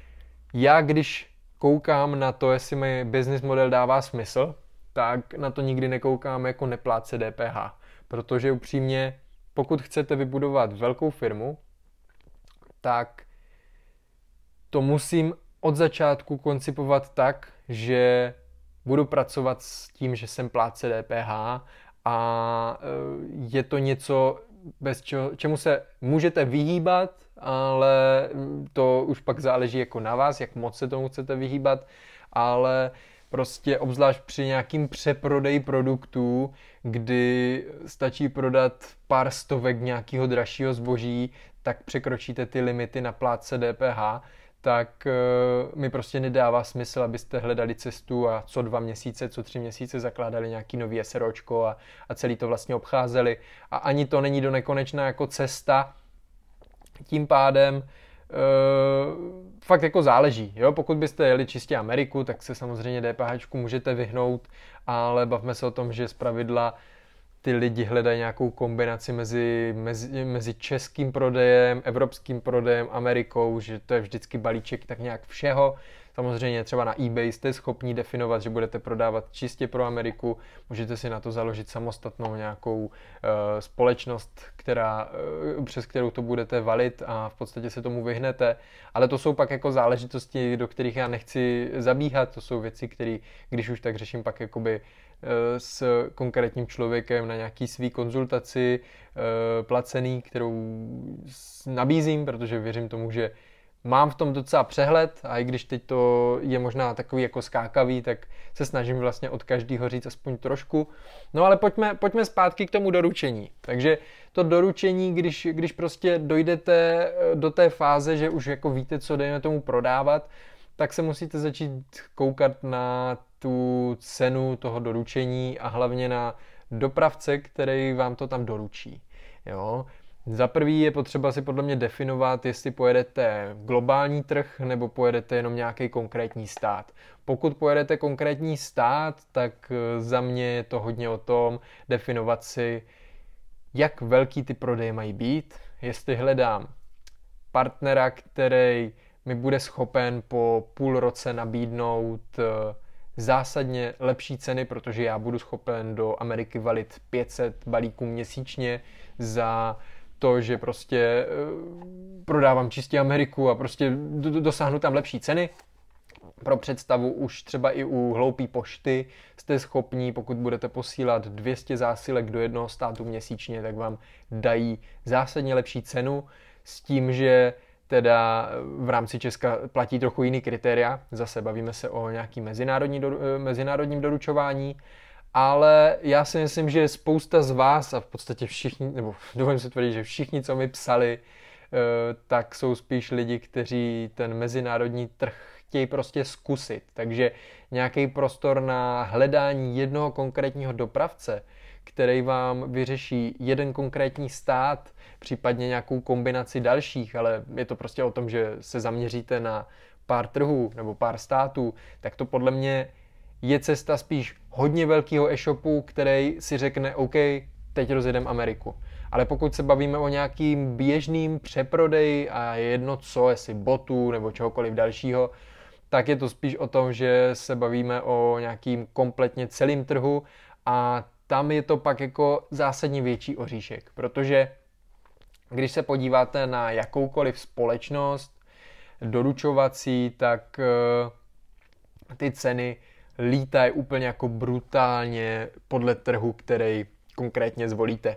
já když koukám na to, jestli mi business model dává smysl, tak na to nikdy nekoukám jako neplátce D P H. Protože upřímně, pokud chcete vybudovat velkou firmu, tak to musím od začátku koncipovat tak, že budu pracovat s tím, že jsem plátce D P H a je to něco, bez čeho, čemu se můžete vyhýbat, ale to už pak záleží jako na vás, jak moc se tomu chcete vyhýbat, ale prostě obzvlášť při nějakým přeprodeji produktů, kdy stačí prodat pár stovek nějakého dražšího zboží, tak překročíte ty limity na plátce D P H, tak uh, mi prostě nedává smysl, abyste hledali cestu a co dva měsíce, co tři měsíce zakládali nějaký nový SROčko a, a celý to vlastně obcházeli. A ani to není do nekonečna jako cesta. Tím pádem uh, fakt jako záleží. Jo? Pokud byste jeli čistě Ameriku, tak se samozřejmě DPHčku můžete vyhnout, ale bavme se o tom, že zpravidla ty lidi hledají nějakou kombinaci mezi, mezi, mezi českým prodejem, evropským prodejem, Amerikou, že to je vždycky balíček tak nějak všeho. Samozřejmě třeba na eBay jste schopni definovat, že budete prodávat čistě pro Ameriku, můžete si na to založit samostatnou nějakou uh, společnost, která, uh, přes kterou to budete valit a v podstatě se tomu vyhnete, ale to jsou pak jako záležitosti, do kterých já nechci zabíhat, to jsou věci, které, když už tak řeším pak jakoby uh, s konkrétním člověkem na nějaký svý konzultaci uh, placený, kterou nabízím, protože věřím tomu, že mám v tom docela přehled a i když teď to je možná takový jako skákavý, tak se snažím vlastně od každého říct aspoň trošku. No ale pojďme, pojďme zpátky k tomu doručení. Takže to doručení, když, když prostě dojdete do té fáze, že už jako víte, co dejme tomu prodávat, tak se musíte začít koukat na tu cenu toho doručení a hlavně na dopravce, který vám to tam doručí. Jo? Za prvý je potřeba si podle mě definovat, jestli pojedete globální trh nebo pojedete jenom nějaký konkrétní stát. Pokud pojedete konkrétní stát, tak za mě je to hodně o tom definovat si, jak velký ty prodeje mají být, jestli hledám partnera, který mi bude schopen po půl roce nabídnout zásadně lepší ceny, protože já budu schopen do Ameriky valit pět set balíků měsíčně za to, že prostě prodávám čistě Ameriku a prostě dosáhnu tam lepší ceny. Pro představu už třeba i u hloupý pošty jste schopní, pokud budete posílat dvě stě zásilek do jednoho státu měsíčně, tak vám dají zásadně lepší cenu s tím, že teda v rámci Česka platí trochu jiný kritéria. Zase bavíme se o nějaký mezinárodní, mezinárodním doručování. Ale já si myslím, že spousta z vás a v podstatě všichni, nebo dovolím se tvrdit, že všichni, co mi psali, tak jsou spíš lidi, kteří ten mezinárodní trh chtějí prostě zkusit. Takže nějaký prostor na hledání jednoho konkrétního dopravce, který vám vyřeší jeden konkrétní stát, případně nějakou kombinaci dalších, ale je to prostě o tom, že se zaměříte na pár trhů nebo pár států, tak to podle mě je cesta spíš hodně velkého e-shopu, který si řekne OK, teď rozjedem Ameriku. Ale pokud se bavíme o nějakým běžným přeprodeji a je jedno co, jestli botů nebo čehokoliv dalšího, tak je to spíš o tom, že se bavíme o nějakým kompletně celým trhu a tam je to pak jako zásadně větší oříšek, protože když se podíváte na jakoukoliv společnost doručovací, tak uh, ty ceny lítají úplně jako brutálně podle trhu, který konkrétně zvolíte.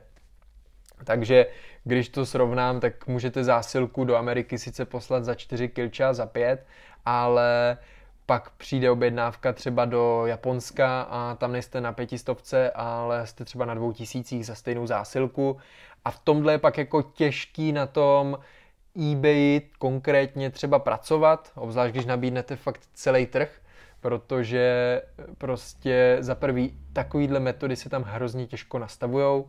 Takže když to srovnám, tak můžete zásilku do Ameriky sice poslat za čtyři kilča, za pět, ale pak přijde objednávka třeba do Japonska a tam nejste na pětistovce, ale jste třeba na dvou tisících za stejnou zásilku. A v tomhle je pak jako těžký na tom eBay konkrétně třeba pracovat, obzvlášť když nabídnete fakt celý trh, protože prostě za prvý takovýhle metody se tam hrozně těžko nastavujou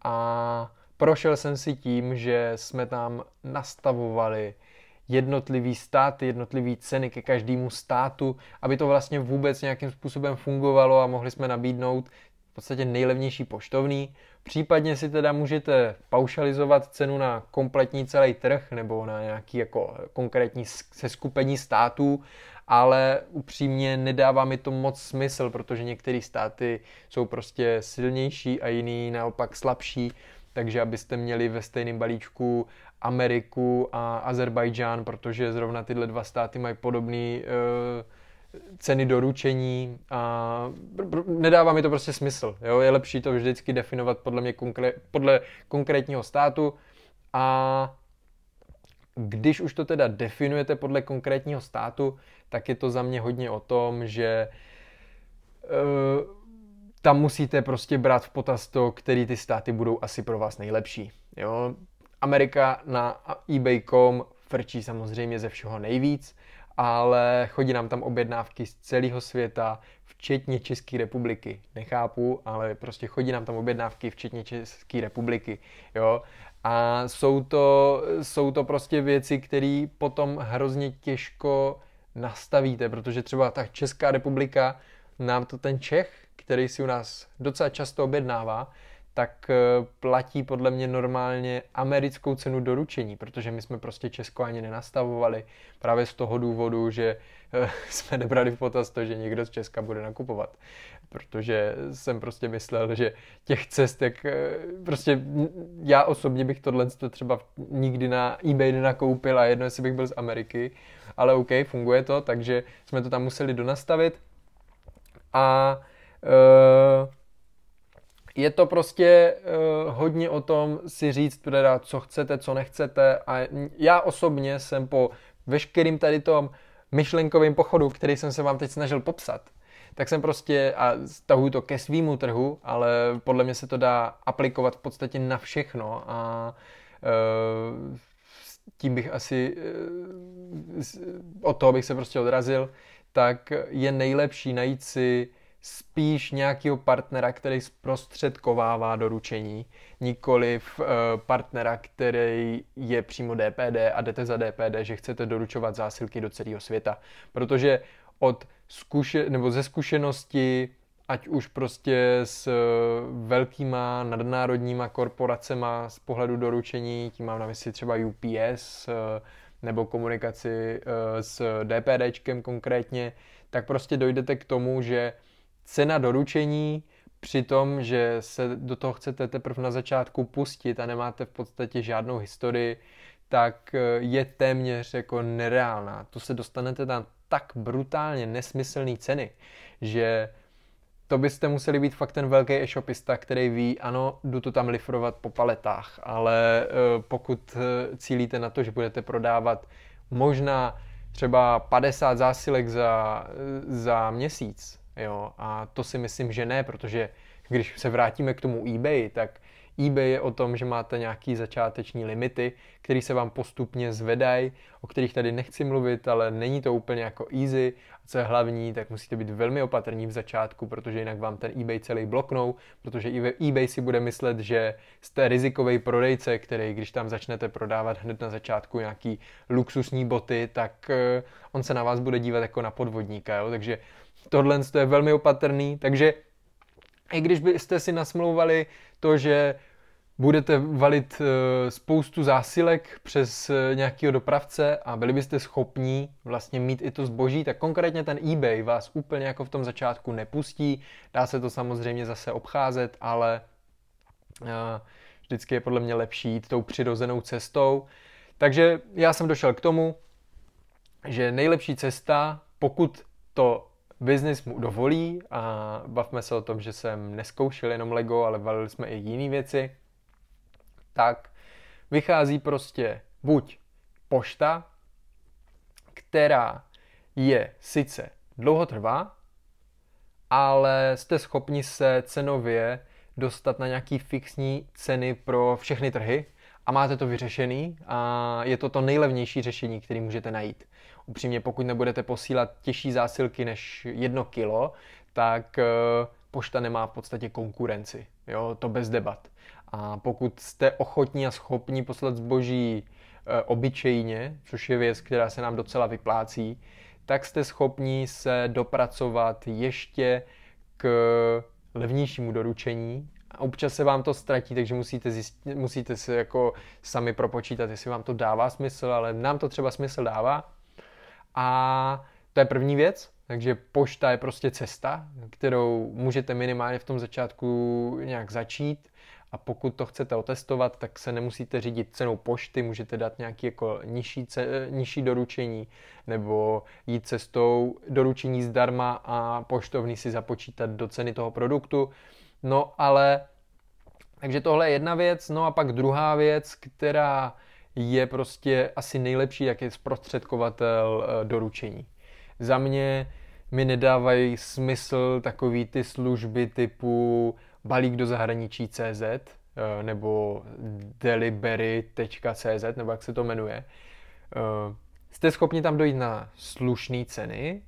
a prošel jsem si tím, že jsme tam nastavovali jednotlivý státy, jednotlivý ceny ke každému státu, aby to vlastně vůbec nějakým způsobem fungovalo a mohli jsme nabídnout v podstatě nejlevnější poštovný. Případně si teda můžete paušalizovat cenu na kompletní celý trh nebo na nějaký jako konkrétní seskupení států, ale upřímně nedává mi to moc smysl, protože některé státy jsou prostě silnější a jiný naopak slabší, takže abyste měli ve stejném balíčku Ameriku a Azerbajdžán, protože zrovna tyhle dva státy mají podobné e, ceny doručení a nedává mi to prostě smysl. Jo? Je lepší to vždycky definovat podle mě konkré- podle konkrétního státu a když už to teda definujete podle konkrétního státu, tak je to za mě hodně o tom, že e, tam musíte prostě brát v potaz to, který ty státy budou asi pro vás nejlepší. Jo? Amerika na eBay tečka com frčí samozřejmě ze všeho nejvíc, ale chodí nám tam objednávky z celého světa, včetně České republiky. Nechápu, ale prostě chodí nám tam objednávky včetně České republiky. Jo? A jsou to, jsou to prostě věci, které potom hrozně těžko nastavíte, protože třeba ta Česká republika, nám to ten Čech, který si u nás docela často objednává, tak platí podle mě normálně americkou cenu doručení, protože my jsme prostě Česko ani nenastavovali právě z toho důvodu, že jsme nebrali v potaz to, že někdo z Česka bude nakupovat. Protože jsem prostě myslel, že těch cest, jak prostě já osobně bych tohle třeba nikdy na eBay nenakoupil a jedno, jestli bych byl z Ameriky, ale OK, funguje to, takže jsme to tam museli donastavit a uh, je to prostě uh, hodně o tom si říct, teda, co chcete, co nechcete a já osobně jsem po veškerým tady tom myšlenkovým pochodu, který jsem se vám teď snažil popsat, tak jsem prostě, a stahuju to ke svýmu trhu, ale podle mě se to dá aplikovat v podstatě na všechno a uh, tím bych asi uh, od toho bych se prostě odrazil, tak je nejlepší najít si spíš nějakého partnera, který zprostředkovává doručení, nikoliv uh, partnera, který je přímo D P D a jdete za D P D, že chcete doručovat zásilky do celého světa. Protože od zkuše, nebo ze zkušenosti, ať už prostě s velkýma nadnárodníma korporacema z pohledu doručení, tím mám na mysli třeba U P S nebo komunikaci s DPDčkem konkrétně, tak prostě dojdete k tomu, že cena doručení při tom, že se do toho chcete teprve na začátku pustit a nemáte v podstatě žádnou historii, tak je téměř jako nereálná. Tu se dostanete tam tak brutálně nesmyslný ceny, že to byste museli být fakt ten velký e-shopista, který ví, ano, jdu to tam lifrovat po paletách, ale pokud cílíte na to, že budete prodávat možná třeba padesát zásilek za, za měsíc, jo, a to si myslím, že ne, protože když se vrátíme k tomu eBay, tak eBay je o tom, že máte nějaký začáteční limity, které se vám postupně zvedají, o kterých tady nechci mluvit, ale není to úplně jako easy. A co je hlavní, tak musíte být velmi opatrní v začátku, protože jinak vám ten eBay celý bloknou, protože eBay si bude myslet, že jste rizikový prodejce, který, když tam začnete prodávat hned na začátku nějaký luxusní boty, tak on se na vás bude dívat jako na podvodníka, jo? Takže tohle je velmi opatrný, takže i když byste si nasmlouvali to, že budete valit spoustu zásilek přes nějakého dopravce a byli byste schopní vlastně mít i to zboží, tak konkrétně ten eBay vás úplně jako v tom začátku nepustí. Dá se to samozřejmě zase obcházet, ale vždycky je podle mě lepší jít tou přirozenou cestou. Takže já jsem došel k tomu, že nejlepší cesta, pokud to biznis mu dovolí, a bavme se o tom, že jsem neskoušel jenom Lego, ale valili jsme i jiné věci, tak vychází prostě buď pošta, která je sice dlouhotrvá, ale jste schopni se cenově dostat na nějaký fixní ceny pro všechny trhy a máte to vyřešený a je to to nejlevnější řešení, které můžete najít. Upřímně, pokud nebudete posílat těžší zásilky než jedno kilo, tak pošta nemá v podstatě konkurenci. Jo, to bez debat. A pokud jste ochotní a schopní poslat zboží e, obyčejně, což je věc, která se nám docela vyplácí, tak jste schopni se dopracovat ještě k levnějšímu doručení. A občas se vám to ztratí, takže musíte, zjistit, musíte si jako sami propočítat, jestli vám to dává smysl, ale nám to třeba smysl dává. A to je první věc, takže pošta je prostě cesta, kterou můžete minimálně v tom začátku nějak začít. A pokud to chcete otestovat, tak se nemusíte řídit cenou pošty, můžete dát nějaký jako nižší, nižší doručení nebo jít cestou doručení zdarma a poštovní si započítat do ceny toho produktu. No ale, takže tohle je jedna věc, no a pak druhá věc, která je prostě asi nejlepší, jak je zprostředkovatel doručení. Za mě mi nedávají smysl takový ty služby typu balík do zahraničí tečka cé zet nebo delivery tečka cé zet, nebo jak se to jmenuje. Jste schopni tam dojít na slušné ceny,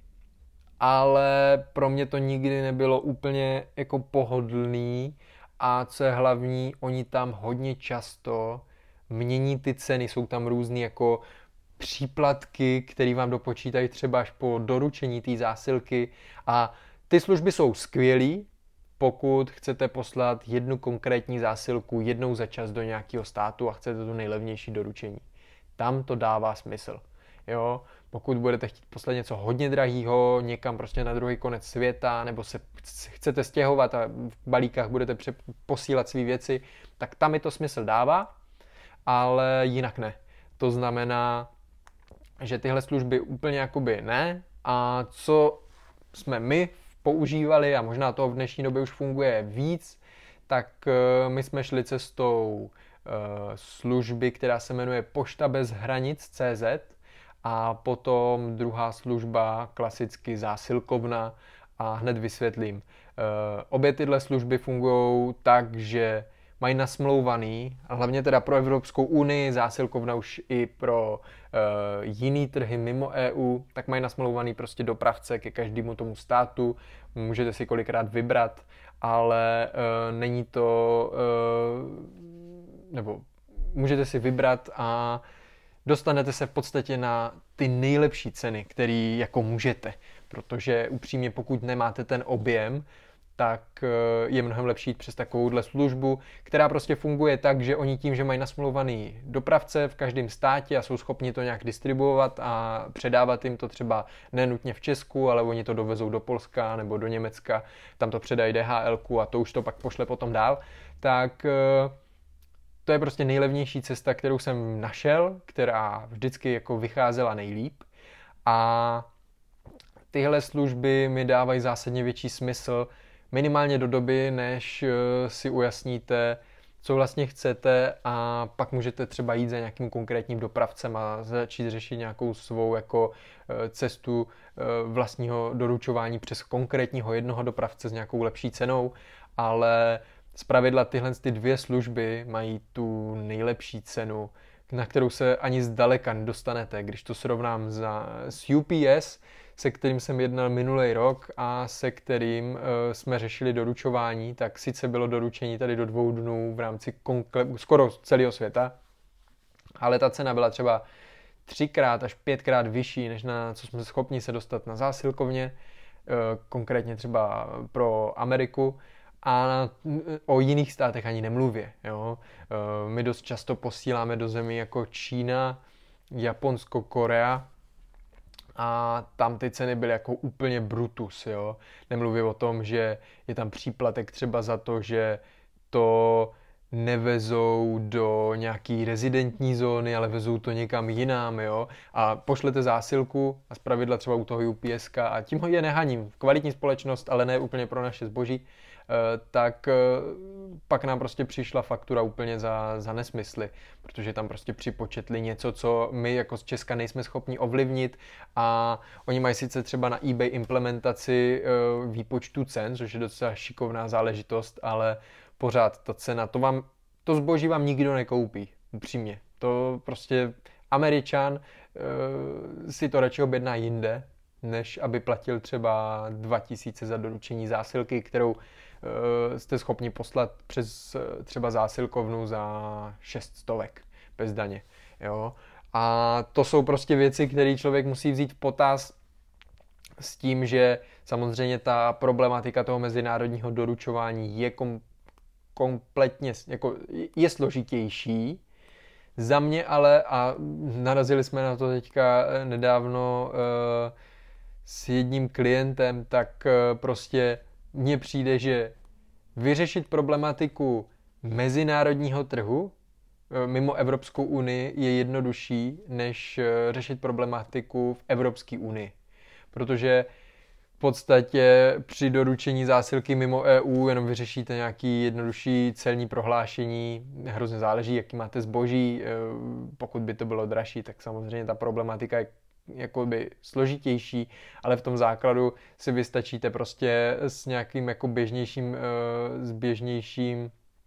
ale pro mě to nikdy nebylo úplně jako pohodlný a co je hlavní, oni tam hodně často mění ty ceny, jsou tam různý jako příplatky, které vám dopočítají třeba až po doručení té zásilky a ty služby jsou skvělý, pokud chcete poslat jednu konkrétní zásilku jednou za čas do nějakého státu a chcete to nejlevnější doručení. Tam to dává smysl. Jo? Pokud budete chtít poslat něco hodně drahýho, někam prostě na druhý konec světa, nebo se chcete stěhovat a v balíkách budete posílat své věci, tak tam mi to smysl dává, ale jinak ne. To znamená, že tyhle služby úplně jakoby ne. A co jsme my používali, a možná to v dnešní době už funguje víc, tak my jsme šli cestou služby, která se jmenuje Pošta bez hranic tečka cé zet a potom druhá služba, klasicky zásilkovna, a hned vysvětlím. Obě tyhle služby fungují tak, že mají nasmlouvaný, a hlavně teda pro Evropskou unii, zásilkovna už i pro uh, jiný trhy mimo E U, tak mají nasmlouvaný prostě dopravce ke každému tomu státu, můžete si kolikrát vybrat, ale uh, není to, uh, nebo můžete si vybrat a dostanete se v podstatě na ty nejlepší ceny, které jako můžete, protože upřímně pokud nemáte ten objem, tak je mnohem lepší jít přes takovouhle službu, která prostě funguje tak, že oni tím, že mají nasmlouvaný dopravce v každém státě a jsou schopni to nějak distribuovat a předávat jim to třeba nenutně v Česku, ale oni to dovezou do Polska nebo do Německa, tam to předají D H L ku a to už to pak pošle potom dál, tak to je prostě nejlevnější cesta, kterou jsem našel, která vždycky jako vycházela nejlíp, a tyhle služby mi dávají zásadně větší smysl, minimálně do doby, než si ujasníte, co vlastně chcete, a pak můžete třeba jít za nějakým konkrétním dopravcem a začít řešit nějakou svou jako cestu vlastního doručování přes konkrétního jednoho dopravce s nějakou lepší cenou, ale zpravidla tyhle ty dvě služby mají tu nejlepší cenu, na kterou se ani zdaleka nedostanete. Když to srovnám za, s U P S, se kterým jsem jednal minulý rok a se kterým uh, jsme řešili doručování, tak sice bylo doručení tady do dvou dnů v rámci konkle- skoro celého světa, ale ta cena byla třeba třikrát až pětkrát vyšší, než na co jsme schopni se dostat na zásilkovně, uh, konkrétně třeba pro Ameriku, a o jiných státech ani nemluvě. Jo? Uh, my dost často posíláme do zemí jako Čína, Japonsko, Korea, a tam ty ceny byly jako úplně brutus, jo. Nemluvím o tom, že je tam příplatek třeba za to, že to nevezou do nějaký rezidentní zóny, ale vezou to někam jinam, jo. A pošlete zásilku a zpravidla třeba u toho U P S ka, a tím ho je nehaním, kvalitní společnost, ale ne úplně pro naše zboží, tak pak nám prostě přišla faktura úplně za, za nesmysly, protože tam prostě připočetli něco, co my jako z Česka nejsme schopni ovlivnit, a oni mají sice třeba na eBay implementaci výpočtu cen, což je docela šikovná záležitost, ale pořád ta cena, to vám, to zboží vám nikdo nekoupí, upřímně. To prostě Američan si to radši objedná jinde, než aby platil třeba dva tisíce za doručení zásilky, kterou jste schopni poslat přes třeba zásilkovnu za šest stovek bez daně. Jo? A to jsou prostě věci, které člověk musí vzít v potaz s tím, že samozřejmě ta problematika toho mezinárodního doručování je kom, kompletně, jako je složitější. Za mě ale, a narazili jsme na to teďka nedávno uh, s jedním klientem, tak uh, prostě mně přijde, že vyřešit problematiku mezinárodního trhu mimo Evropskou unii je jednodušší, než řešit problematiku v Evropské unii. Protože v podstatě při doručení zásilky mimo E U jenom vyřešíte nějaký jednodušší celní prohlášení, hrozně záleží, jaký máte zboží, pokud by to bylo dražší, tak samozřejmě ta problematika je jakoby složitější, ale v tom základu si vystačíte prostě s nějakým jako běžnějším, s běžnějším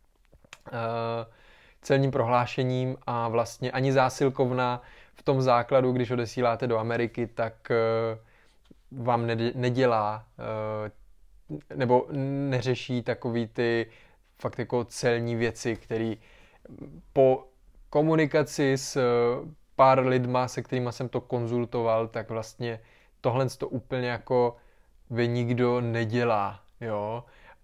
celním prohlášením, a vlastně ani zásilkovna v tom základu, když odesíláte do Ameriky, tak vám nedělá nebo neřeší takový ty fakt jako celní věci, které po komunikaci s pár lidma, se kterýma jsem to konzultoval, tak vlastně tohle to úplně jako by nikdo nedělá, jo.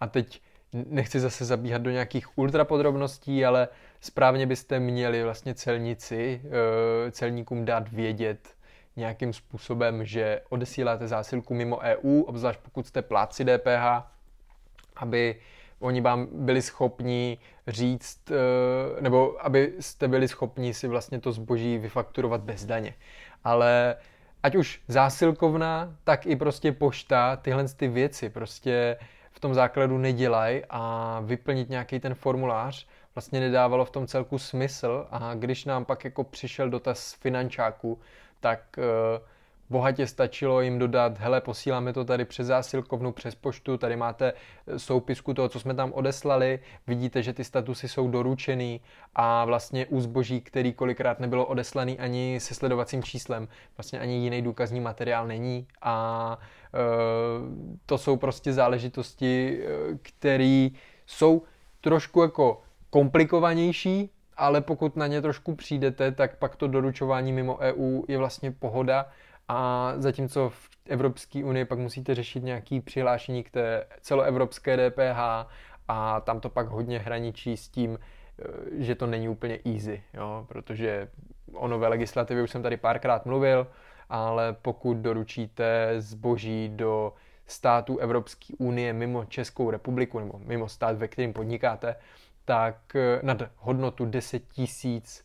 A teď nechci zase zabíhat do nějakých ultrapodrobností, ale správně byste měli vlastně celníci, celníkům dát vědět nějakým způsobem, že odesíláte zásilku mimo E U, obzvlášť pokud jste plátci D P H, aby oni vám byli schopni říct, nebo aby jste byli schopni si vlastně to zboží vyfakturovat bez daně. Ale ať už zásilkovna, tak i prostě pošta, tyhle ty věci prostě v tom základu nedělají a vyplnit nějaký ten formulář vlastně nedávalo v tom celku smysl a když nám pak jako přišel dotaz finančáků, tak uh, bohatě stačilo jim dodat, hele, posíláme to tady přes zásilkovnu, přes poštu, tady máte soupisku toho, co jsme tam odeslali, vidíte, že ty statusy jsou doručený a vlastně u zboží, který kolikrát nebylo odeslaný ani se sledovacím číslem, vlastně ani jiný důkazní materiál není a e, to jsou prostě záležitosti, které jsou trošku jako komplikovanější, ale pokud na ně trošku přijdete, tak pak to doručování mimo E U je vlastně pohoda. A zatímco v Evropské unii pak musíte řešit nějaké přihlášení k té celoevropské D P H a tam to pak hodně hraničí s tím, že to není úplně easy, jo? Protože o nové legislativě už jsem tady párkrát mluvil, ale pokud doručíte zboží do států Evropské unie mimo Českou republiku nebo mimo stát, ve kterém podnikáte, tak nad hodnotu deset tisíc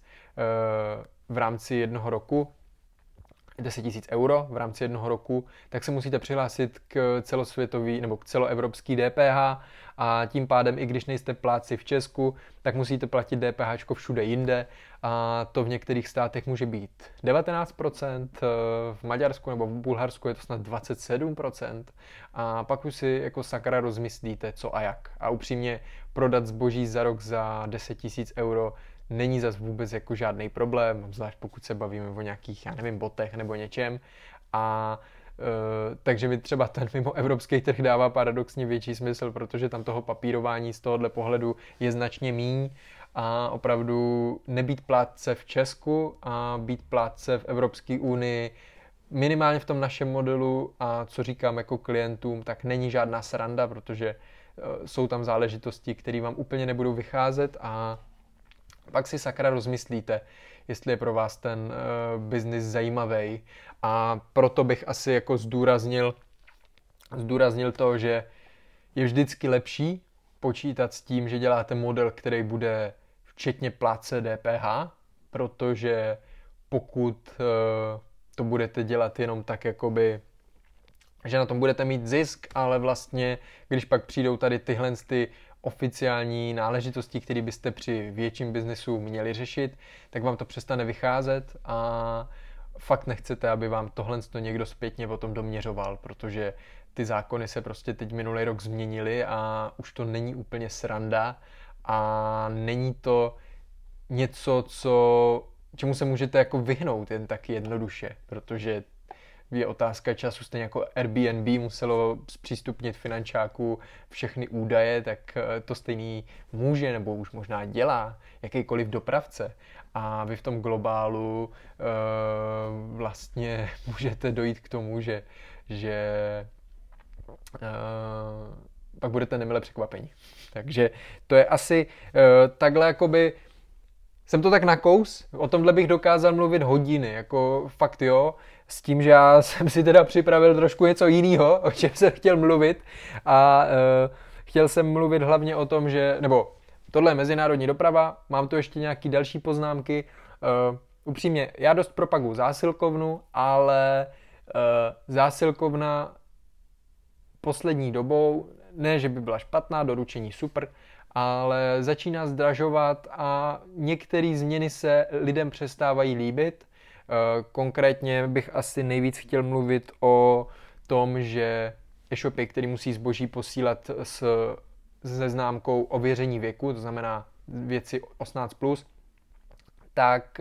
v rámci jednoho roku, deset tisíc euro v rámci jednoho roku, tak se musíte přihlásit k celosvětový nebo k celoevropský D P H a tím pádem, i když nejste plátci v Česku, tak musíte platit D P H všude jinde a to v některých státech může být devatenáct procent, v Maďarsku nebo v Bulharsku je to snad dvacet sedm procent a pak už si jako sakra rozmyslíte co a jak. A upřímně prodat zboží za rok za deset tisíc euro není zas vůbec jako žádný problém, zvlášť pokud se bavíme o nějakých, já nevím, botech nebo něčem. A e, takže mi třeba ten mimo evropský trh dává paradoxně větší smysl, protože tam toho papírování z tohohle pohledu je značně míň a opravdu nebýt plátce v Česku a být plátce v Evropské unii minimálně v tom našem modelu a co říkám jako klientům, tak není žádná sranda, protože e, jsou tam záležitosti, které vám úplně nebudou vycházet a pak si sakra rozmyslíte, jestli je pro vás ten uh, biznis zajímavý. A proto bych asi jako zdůraznil, zdůraznil to, že je vždycky lepší počítat s tím, že děláte model, který bude včetně plátce D P H, protože pokud uh, to budete dělat jenom tak jakoby, že na tom budete mít zisk, ale vlastně, když pak přijdou tady tyhle ty oficiální náležitosti, které byste při větším biznesu měli řešit, tak vám to přestane vycházet a fakt nechcete, aby vám tohle někdo zpětně potom doměřoval, protože ty zákony se prostě teď minulý rok změnily a už to není úplně sranda a není to něco, co, čemu se můžete jako vyhnout jen tak jednoduše, protože je otázka času, stejně jako Airbnb muselo zpřístupnit finančáku všechny údaje, tak to stejný může nebo už možná dělá jakýkoliv dopravce. A vy v tom globálu e, vlastně můžete dojít k tomu, že, že e, pak budete nemile překvapení. Takže to je asi e, takhle jakoby jsem to tak nakous, o tomhle bych dokázal mluvit hodiny, jako fakt jo, s tím, že já jsem si teda připravil trošku něco jiného, o čem jsem chtěl mluvit a e, chtěl jsem mluvit hlavně o tom, že, nebo tohle je mezinárodní doprava, mám tu ještě nějaký další poznámky, e, upřímně, já dost propaguju zásilkovnu, ale e, zásilkovna poslední dobou, ne, že by byla špatná, doručení super, ale začíná zdražovat a některé změny se lidem přestávají líbit. Konkrétně bych asi nejvíc chtěl mluvit o tom, že e-shopy, který musí zboží posílat s, se známkou ověření věku, to znamená věci osmnáct plus, tak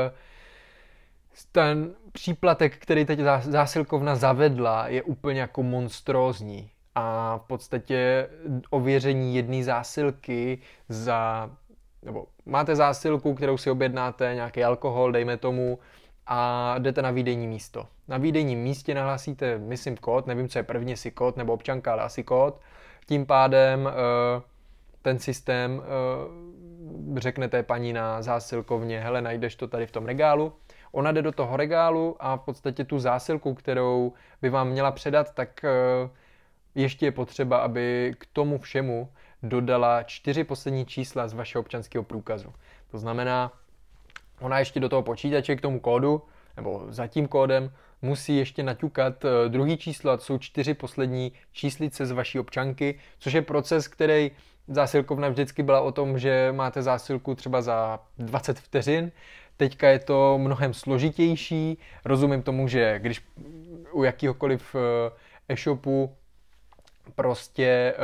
ten příplatek, který teď zásilkovna zavedla, je úplně jako monstrózní. A v podstatě ověření jedné zásilky za, nebo máte zásilku, kterou si objednáte, nějaký alkohol, dejme tomu, a jdete na výdejní místo. Na výdejním místě nahlásíte, myslím, kód, nevím, co je první, si kód nebo občanka, ale asi kód. tím pádem ten systém řekne té paní na zásilkovně, hele, najdeš to tady v tom regálu. Ona jde do toho regálu a v podstatě tu zásilku, kterou by vám měla předat, tak ještě je potřeba, aby k tomu všemu dodala čtyři poslední čísla z vašeho občanského průkazu. To znamená, ona ještě do toho počítače k tomu kódu, nebo za tím kódem, musí ještě naťukat druhý číslo, a to jsou čtyři poslední číslice z vaší občanky, což je proces, který zásilkovna vždycky byla o tom, že máte zásilku třeba za dvacet vteřin. Teďka je to mnohem složitější. Rozumím tomu, že když u jakýhokoliv e-shopu prostě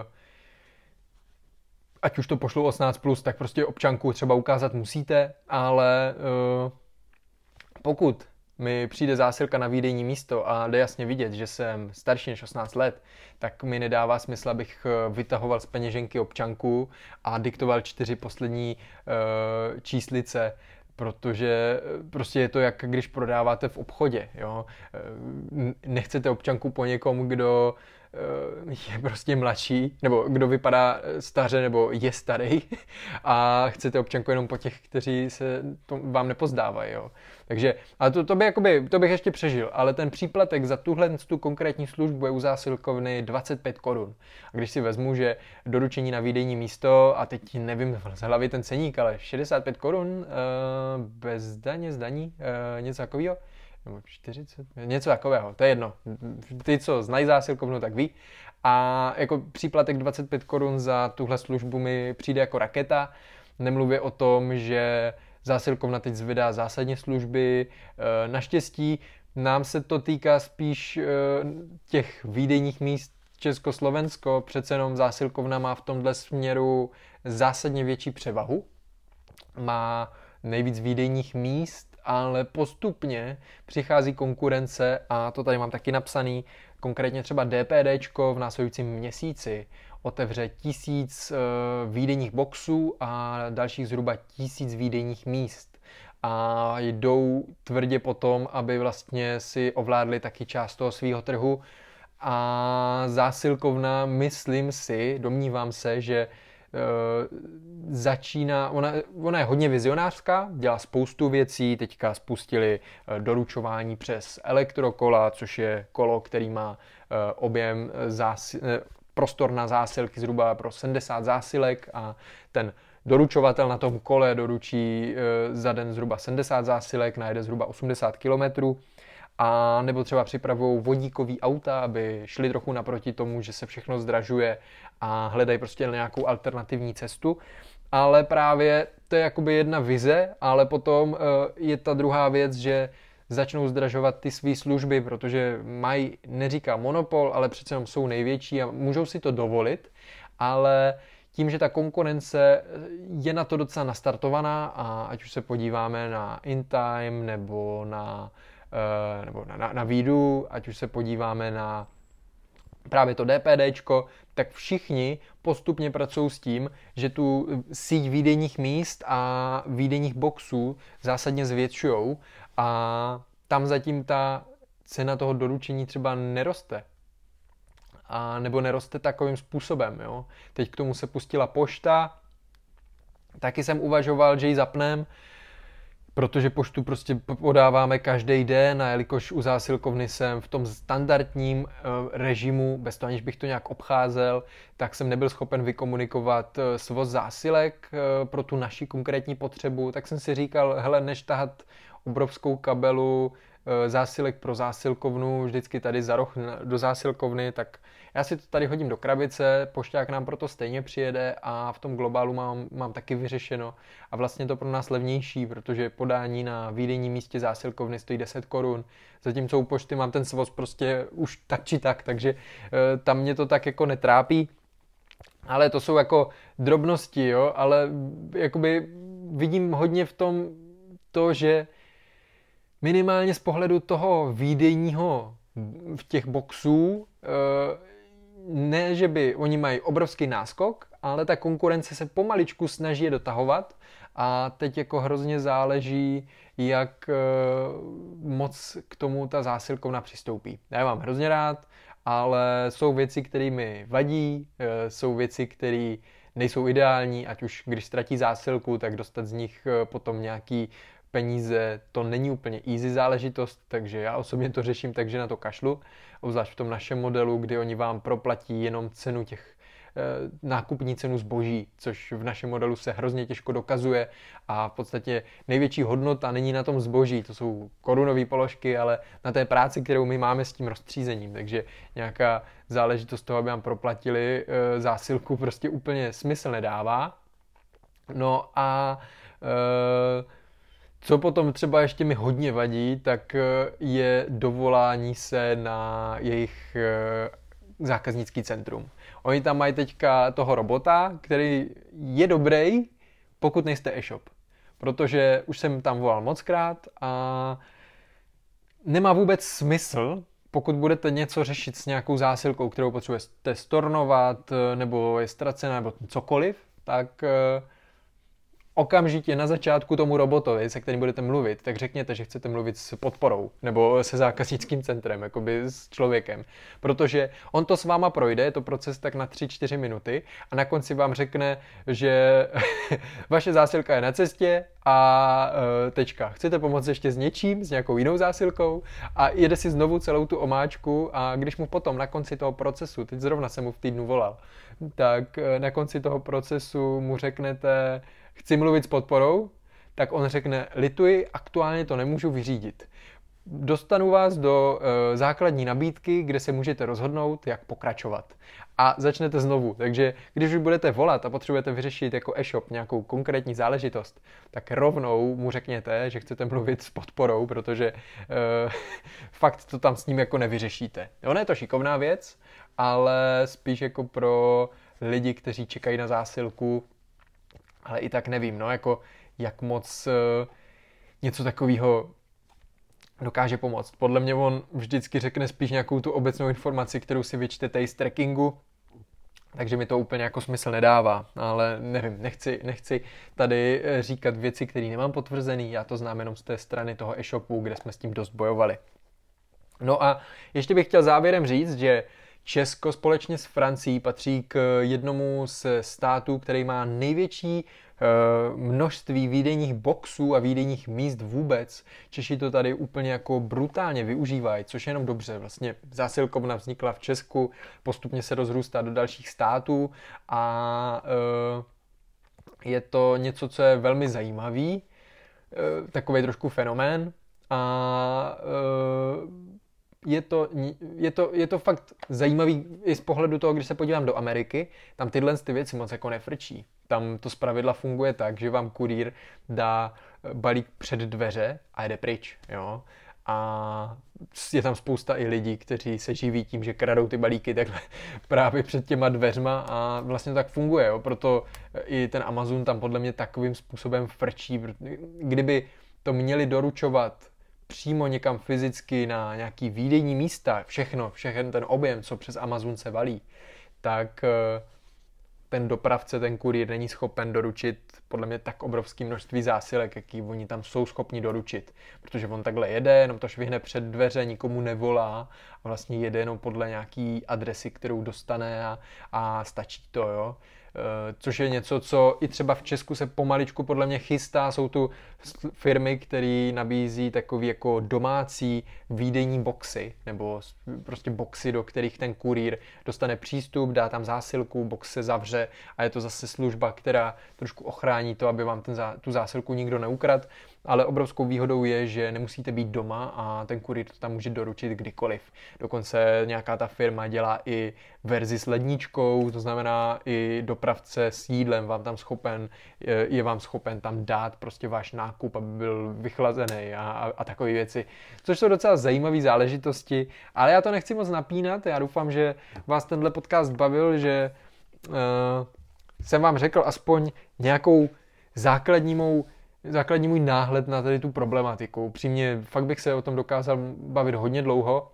ať už to pošlu osmnáct plus, tak prostě občanku třeba ukázat musíte, ale pokud mi přijde zásilka na výdejní místo a jde jasně vidět, že jsem starší než osmnáct let, tak mi nedává smysl, abych vytahoval z peněženky občanku a diktoval čtyři poslední uh, číslice, protože prostě je to jak když prodáváte v obchodě. Jo? Nechcete občanku po někom, kdo je prostě mladší, nebo kdo vypadá staře, nebo je starý a chcete občanku jenom po těch, kteří se to vám nepozdávají. Jo. Takže, ale to, to, by, jakoby, to bych ještě přežil, ale ten příplatek za tuhle tu konkrétní službu je u zásilkovny dvacet pět korun. A když si vezmu, že doručení na výdejní místo, a teď nevím z hlavy ten ceník, ale šedesát pět korun bez daně, z daní, něco takového, nebo čtyřicet, něco takového, to je jedno. Ty, co znají zásilkovnu, tak ví. A jako příplatek dvacet pět korun za tuhle službu mi přijde jako raketa. Nemluvě o tom, že zásilkovna teď zvedá zásadně služby. Naštěstí nám se to týká spíš těch výdejních míst Československo. Přece jenom zásilkovna má v tomhle směru zásadně větší převahu. Má nejvíc výdejních míst, ale postupně přichází konkurence a to tady mám taky napsaný, konkrétně třeba DPDčko v následujícím měsíci otevře tisíc uh, výdejních boxů a dalších zhruba tisíc výdejních míst. A jdou tvrdě potom, aby vlastně si ovládli taky část toho svého trhu. A zásilkovna, myslím si, domnívám se, že začíná, ona, ona je hodně vizionářská, dělá spoustu věcí, teďka spustili doručování přes elektrokola, což je kolo, který má objem zásil, prostor na zásilky zhruba pro sedmdesát zásilek a ten doručovatel na tom kole doručí za den zhruba sedmdesát zásilek, najede zhruba osmdesát kilometrů. A nebo třeba připravují vodíkový auta, aby šli trochu naproti tomu, že se všechno zdražuje a hledají prostě nějakou alternativní cestu. Ale právě to je jakoby jedna vize, ale potom je ta druhá věc, že začnou zdražovat ty své služby, protože mají, neříkám monopol, ale přece jenom jsou největší a můžou si to dovolit, ale tím, že ta konkurence je na to docela nastartovaná a ať už se podíváme na InTime nebo na nebo na, na, na Vídu, ať už se podíváme na právě to DPDčko, tak všichni postupně pracují s tím, že tu síť výdejních míst a výdejních boxů zásadně zvětšujou a tam zatím ta cena toho doručení třeba neroste. A nebo neroste takovým způsobem. Jo? Teď k tomu se pustila pošta, taky jsem uvažoval, že ji zapnem, protože poštu prostě podáváme každý den a jelikož u zásilkovny jsem v tom standardním režimu, bez toho aniž bych to nějak obcházel, tak jsem nebyl schopen vykomunikovat svoz zásilek pro tu naši konkrétní potřebu, tak jsem si říkal, hele, než tahat obrovskou kabelu zásilek pro zásilkovnu, vždycky tady za roh do zásilkovny, tak já si to tady hodím do krabice, pošťák nám proto stejně přijede a v tom globálu mám, mám taky vyřešeno a vlastně to pro nás levnější, protože podání na výdejním místě zásilkovny stojí deset korun, zatímco u pošty mám ten svoz prostě už tak či tak, takže e, tam mě to tak jako netrápí, ale to jsou jako drobnosti, jo, ale jakoby vidím hodně v tom to, že minimálně z pohledu toho výdejního v těch boxů, ne, že by oni mají obrovský náskok, ale ta konkurence se pomaličku snaží je dotahovat a teď jako hrozně záleží, jak moc k tomu ta zásilkovna přistoupí. Já je mám hrozně rád ale jsou věci, které mi vadí, jsou věci, které nejsou ideální, ať už když ztratí zásilku, tak dostat z nich potom nějaký peníze, to není úplně easy záležitost, takže já osobně to řeším tak, že na to kašlu, obzvlášť v tom našem modelu, kdy oni vám proplatí jenom cenu těch nákupní cenu zboží, což v našem modelu se hrozně těžko dokazuje a v podstatě největší hodnota není na tom zboží, to jsou korunové položky, ale na té práci, kterou my máme s tím rozstřízením, takže nějaká záležitost toho, aby nám proplatili e, zásilku, prostě úplně smysl nedává. No a e, co potom třeba ještě mi hodně vadí, tak je dovolání se na jejich e, zákaznický centrum. Oni tam mají teďka toho robota, který je dobrý, pokud nejste e-shop. Protože už jsem tam volal mockrát a nemá vůbec smysl, pokud budete něco řešit s nějakou zásilkou, kterou potřebujete stornovat, nebo je ztracená, nebo cokoliv, tak okamžitě na začátku tomu robotovi, se kterým budete mluvit, tak řekněte, že chcete mluvit s podporou nebo se zákaznickým centrem, jakoby s člověkem. Protože on to s váma projde, je to proces tak na tři čtyři minuty a na konci vám řekne, že vaše zásilka je na cestě a e, tečka. Chcete pomoct ještě s něčím, s nějakou jinou zásilkou a jede si znovu celou tu omáčku a když mu potom na konci toho procesu, teď zrovna jsem mu v týdnu volal, tak na konci toho procesu mu řeknete, chci mluvit s podporou, tak on řekne, lituji, aktuálně to nemůžu vyřídit. Dostanu vás do e, základní nabídky, kde se můžete rozhodnout, jak pokračovat. A začnete znovu. Takže když už budete volat a potřebujete vyřešit jako e-shop nějakou konkrétní záležitost, tak rovnou mu řekněte, že chcete mluvit s podporou, protože e, fakt to tam s ním jako nevyřešíte. Ono je to šikovná věc, ale spíš jako pro lidi, kteří čekají na zásilku, ale i tak nevím, no, jako jak moc uh, něco takového dokáže pomoct. Podle mě on vždycky řekne spíš nějakou tu obecnou informaci, kterou si vyčtete z trackingu, takže mi to úplně jako smysl nedává, ale nevím, nechci, nechci tady říkat věci, které nemám potvrzený, já to znám jenom z té strany toho e-shopu, kde jsme s tím dost bojovali. No a ještě bych chtěl závěrem říct, že Česko společně s Francií patří k jednomu z států, který má největší množství výdejních boxů a výdejních míst vůbec. Češi to tady úplně jako brutálně využívají, což je jenom dobře. Vlastně zásilkovna vznikla v Česku, postupně se rozrůstá do dalších států a je to něco, co je velmi zajímavý, takový trošku fenomén a Je to, je, to, je to fakt zajímavý i z pohledu toho, když se podívám do Ameriky, tam tyhle ty věci moc jako nefrčí. Tam to zpravidla funguje tak, že vám kurýr dá balík před dveře a jde pryč. Jo? A je tam spousta i lidí, kteří se živí tím, že kradou ty balíky takhle právě před těma dveřma a vlastně to tak funguje. Jo? Proto i ten Amazon tam podle mě takovým způsobem frčí. Kdyby to měli doručovat přímo někam fyzicky na nějaký výdejní místa, všechno, všechen ten objem, co přes Amazon se valí, tak ten dopravce, ten kurýr není schopen doručit podle mě tak obrovské množství zásilek, jaký oni tam jsou schopni doručit. Protože on takhle jede, jenom to švihne před dveře, nikomu nevolá a vlastně jede jenom podle nějaký adresy, kterou dostane a, a stačí to, jo. Což je něco, co i třeba v Česku se pomaličku podle mě chystá. Jsou tu firmy, které nabízí takový jako domácí výdejní boxy, nebo prostě boxy, do kterých ten kurýr dostane přístup, dá tam zásilku, box se zavře a je to zase služba, která trošku ochrání to, aby vám ten zá, tu zásilku nikdo neukradl. Ale obrovskou výhodou je, že nemusíte být doma a ten kurýr to tam může doručit kdykoliv. Dokonce nějaká ta firma dělá i verzi s ledničkou, to znamená i dopravce s jídlem vám tam schopen, je vám schopen tam dát prostě váš nákup, aby byl vychlazený a, a, a takové věci. Což jsou docela zajímavé záležitosti, ale já to nechci moc napínat. Já doufám, že vás tenhle podcast bavil, že uh, jsem vám řekl aspoň nějakou základní mou základní můj náhled na tady tu problematiku. Upřímně, fakt bych se o tom dokázal bavit hodně dlouho.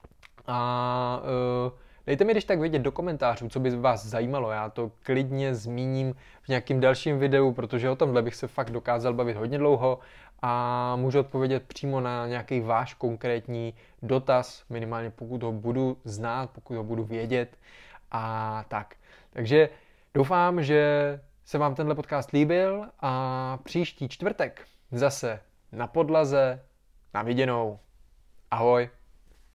A uh, dejte mi když tak vědět do komentářů, co by vás zajímalo. Já to klidně zmíním v nějakým dalším videu, protože o tomhle bych se fakt dokázal bavit hodně dlouho. a můžu odpovědět přímo na nějaký váš konkrétní dotaz, minimálně pokud ho budu znát, pokud ho budu vědět a tak. Takže doufám, že se vám tenhle podcast líbil a příští čtvrtek zase na podlaze, na viděnou. Ahoj.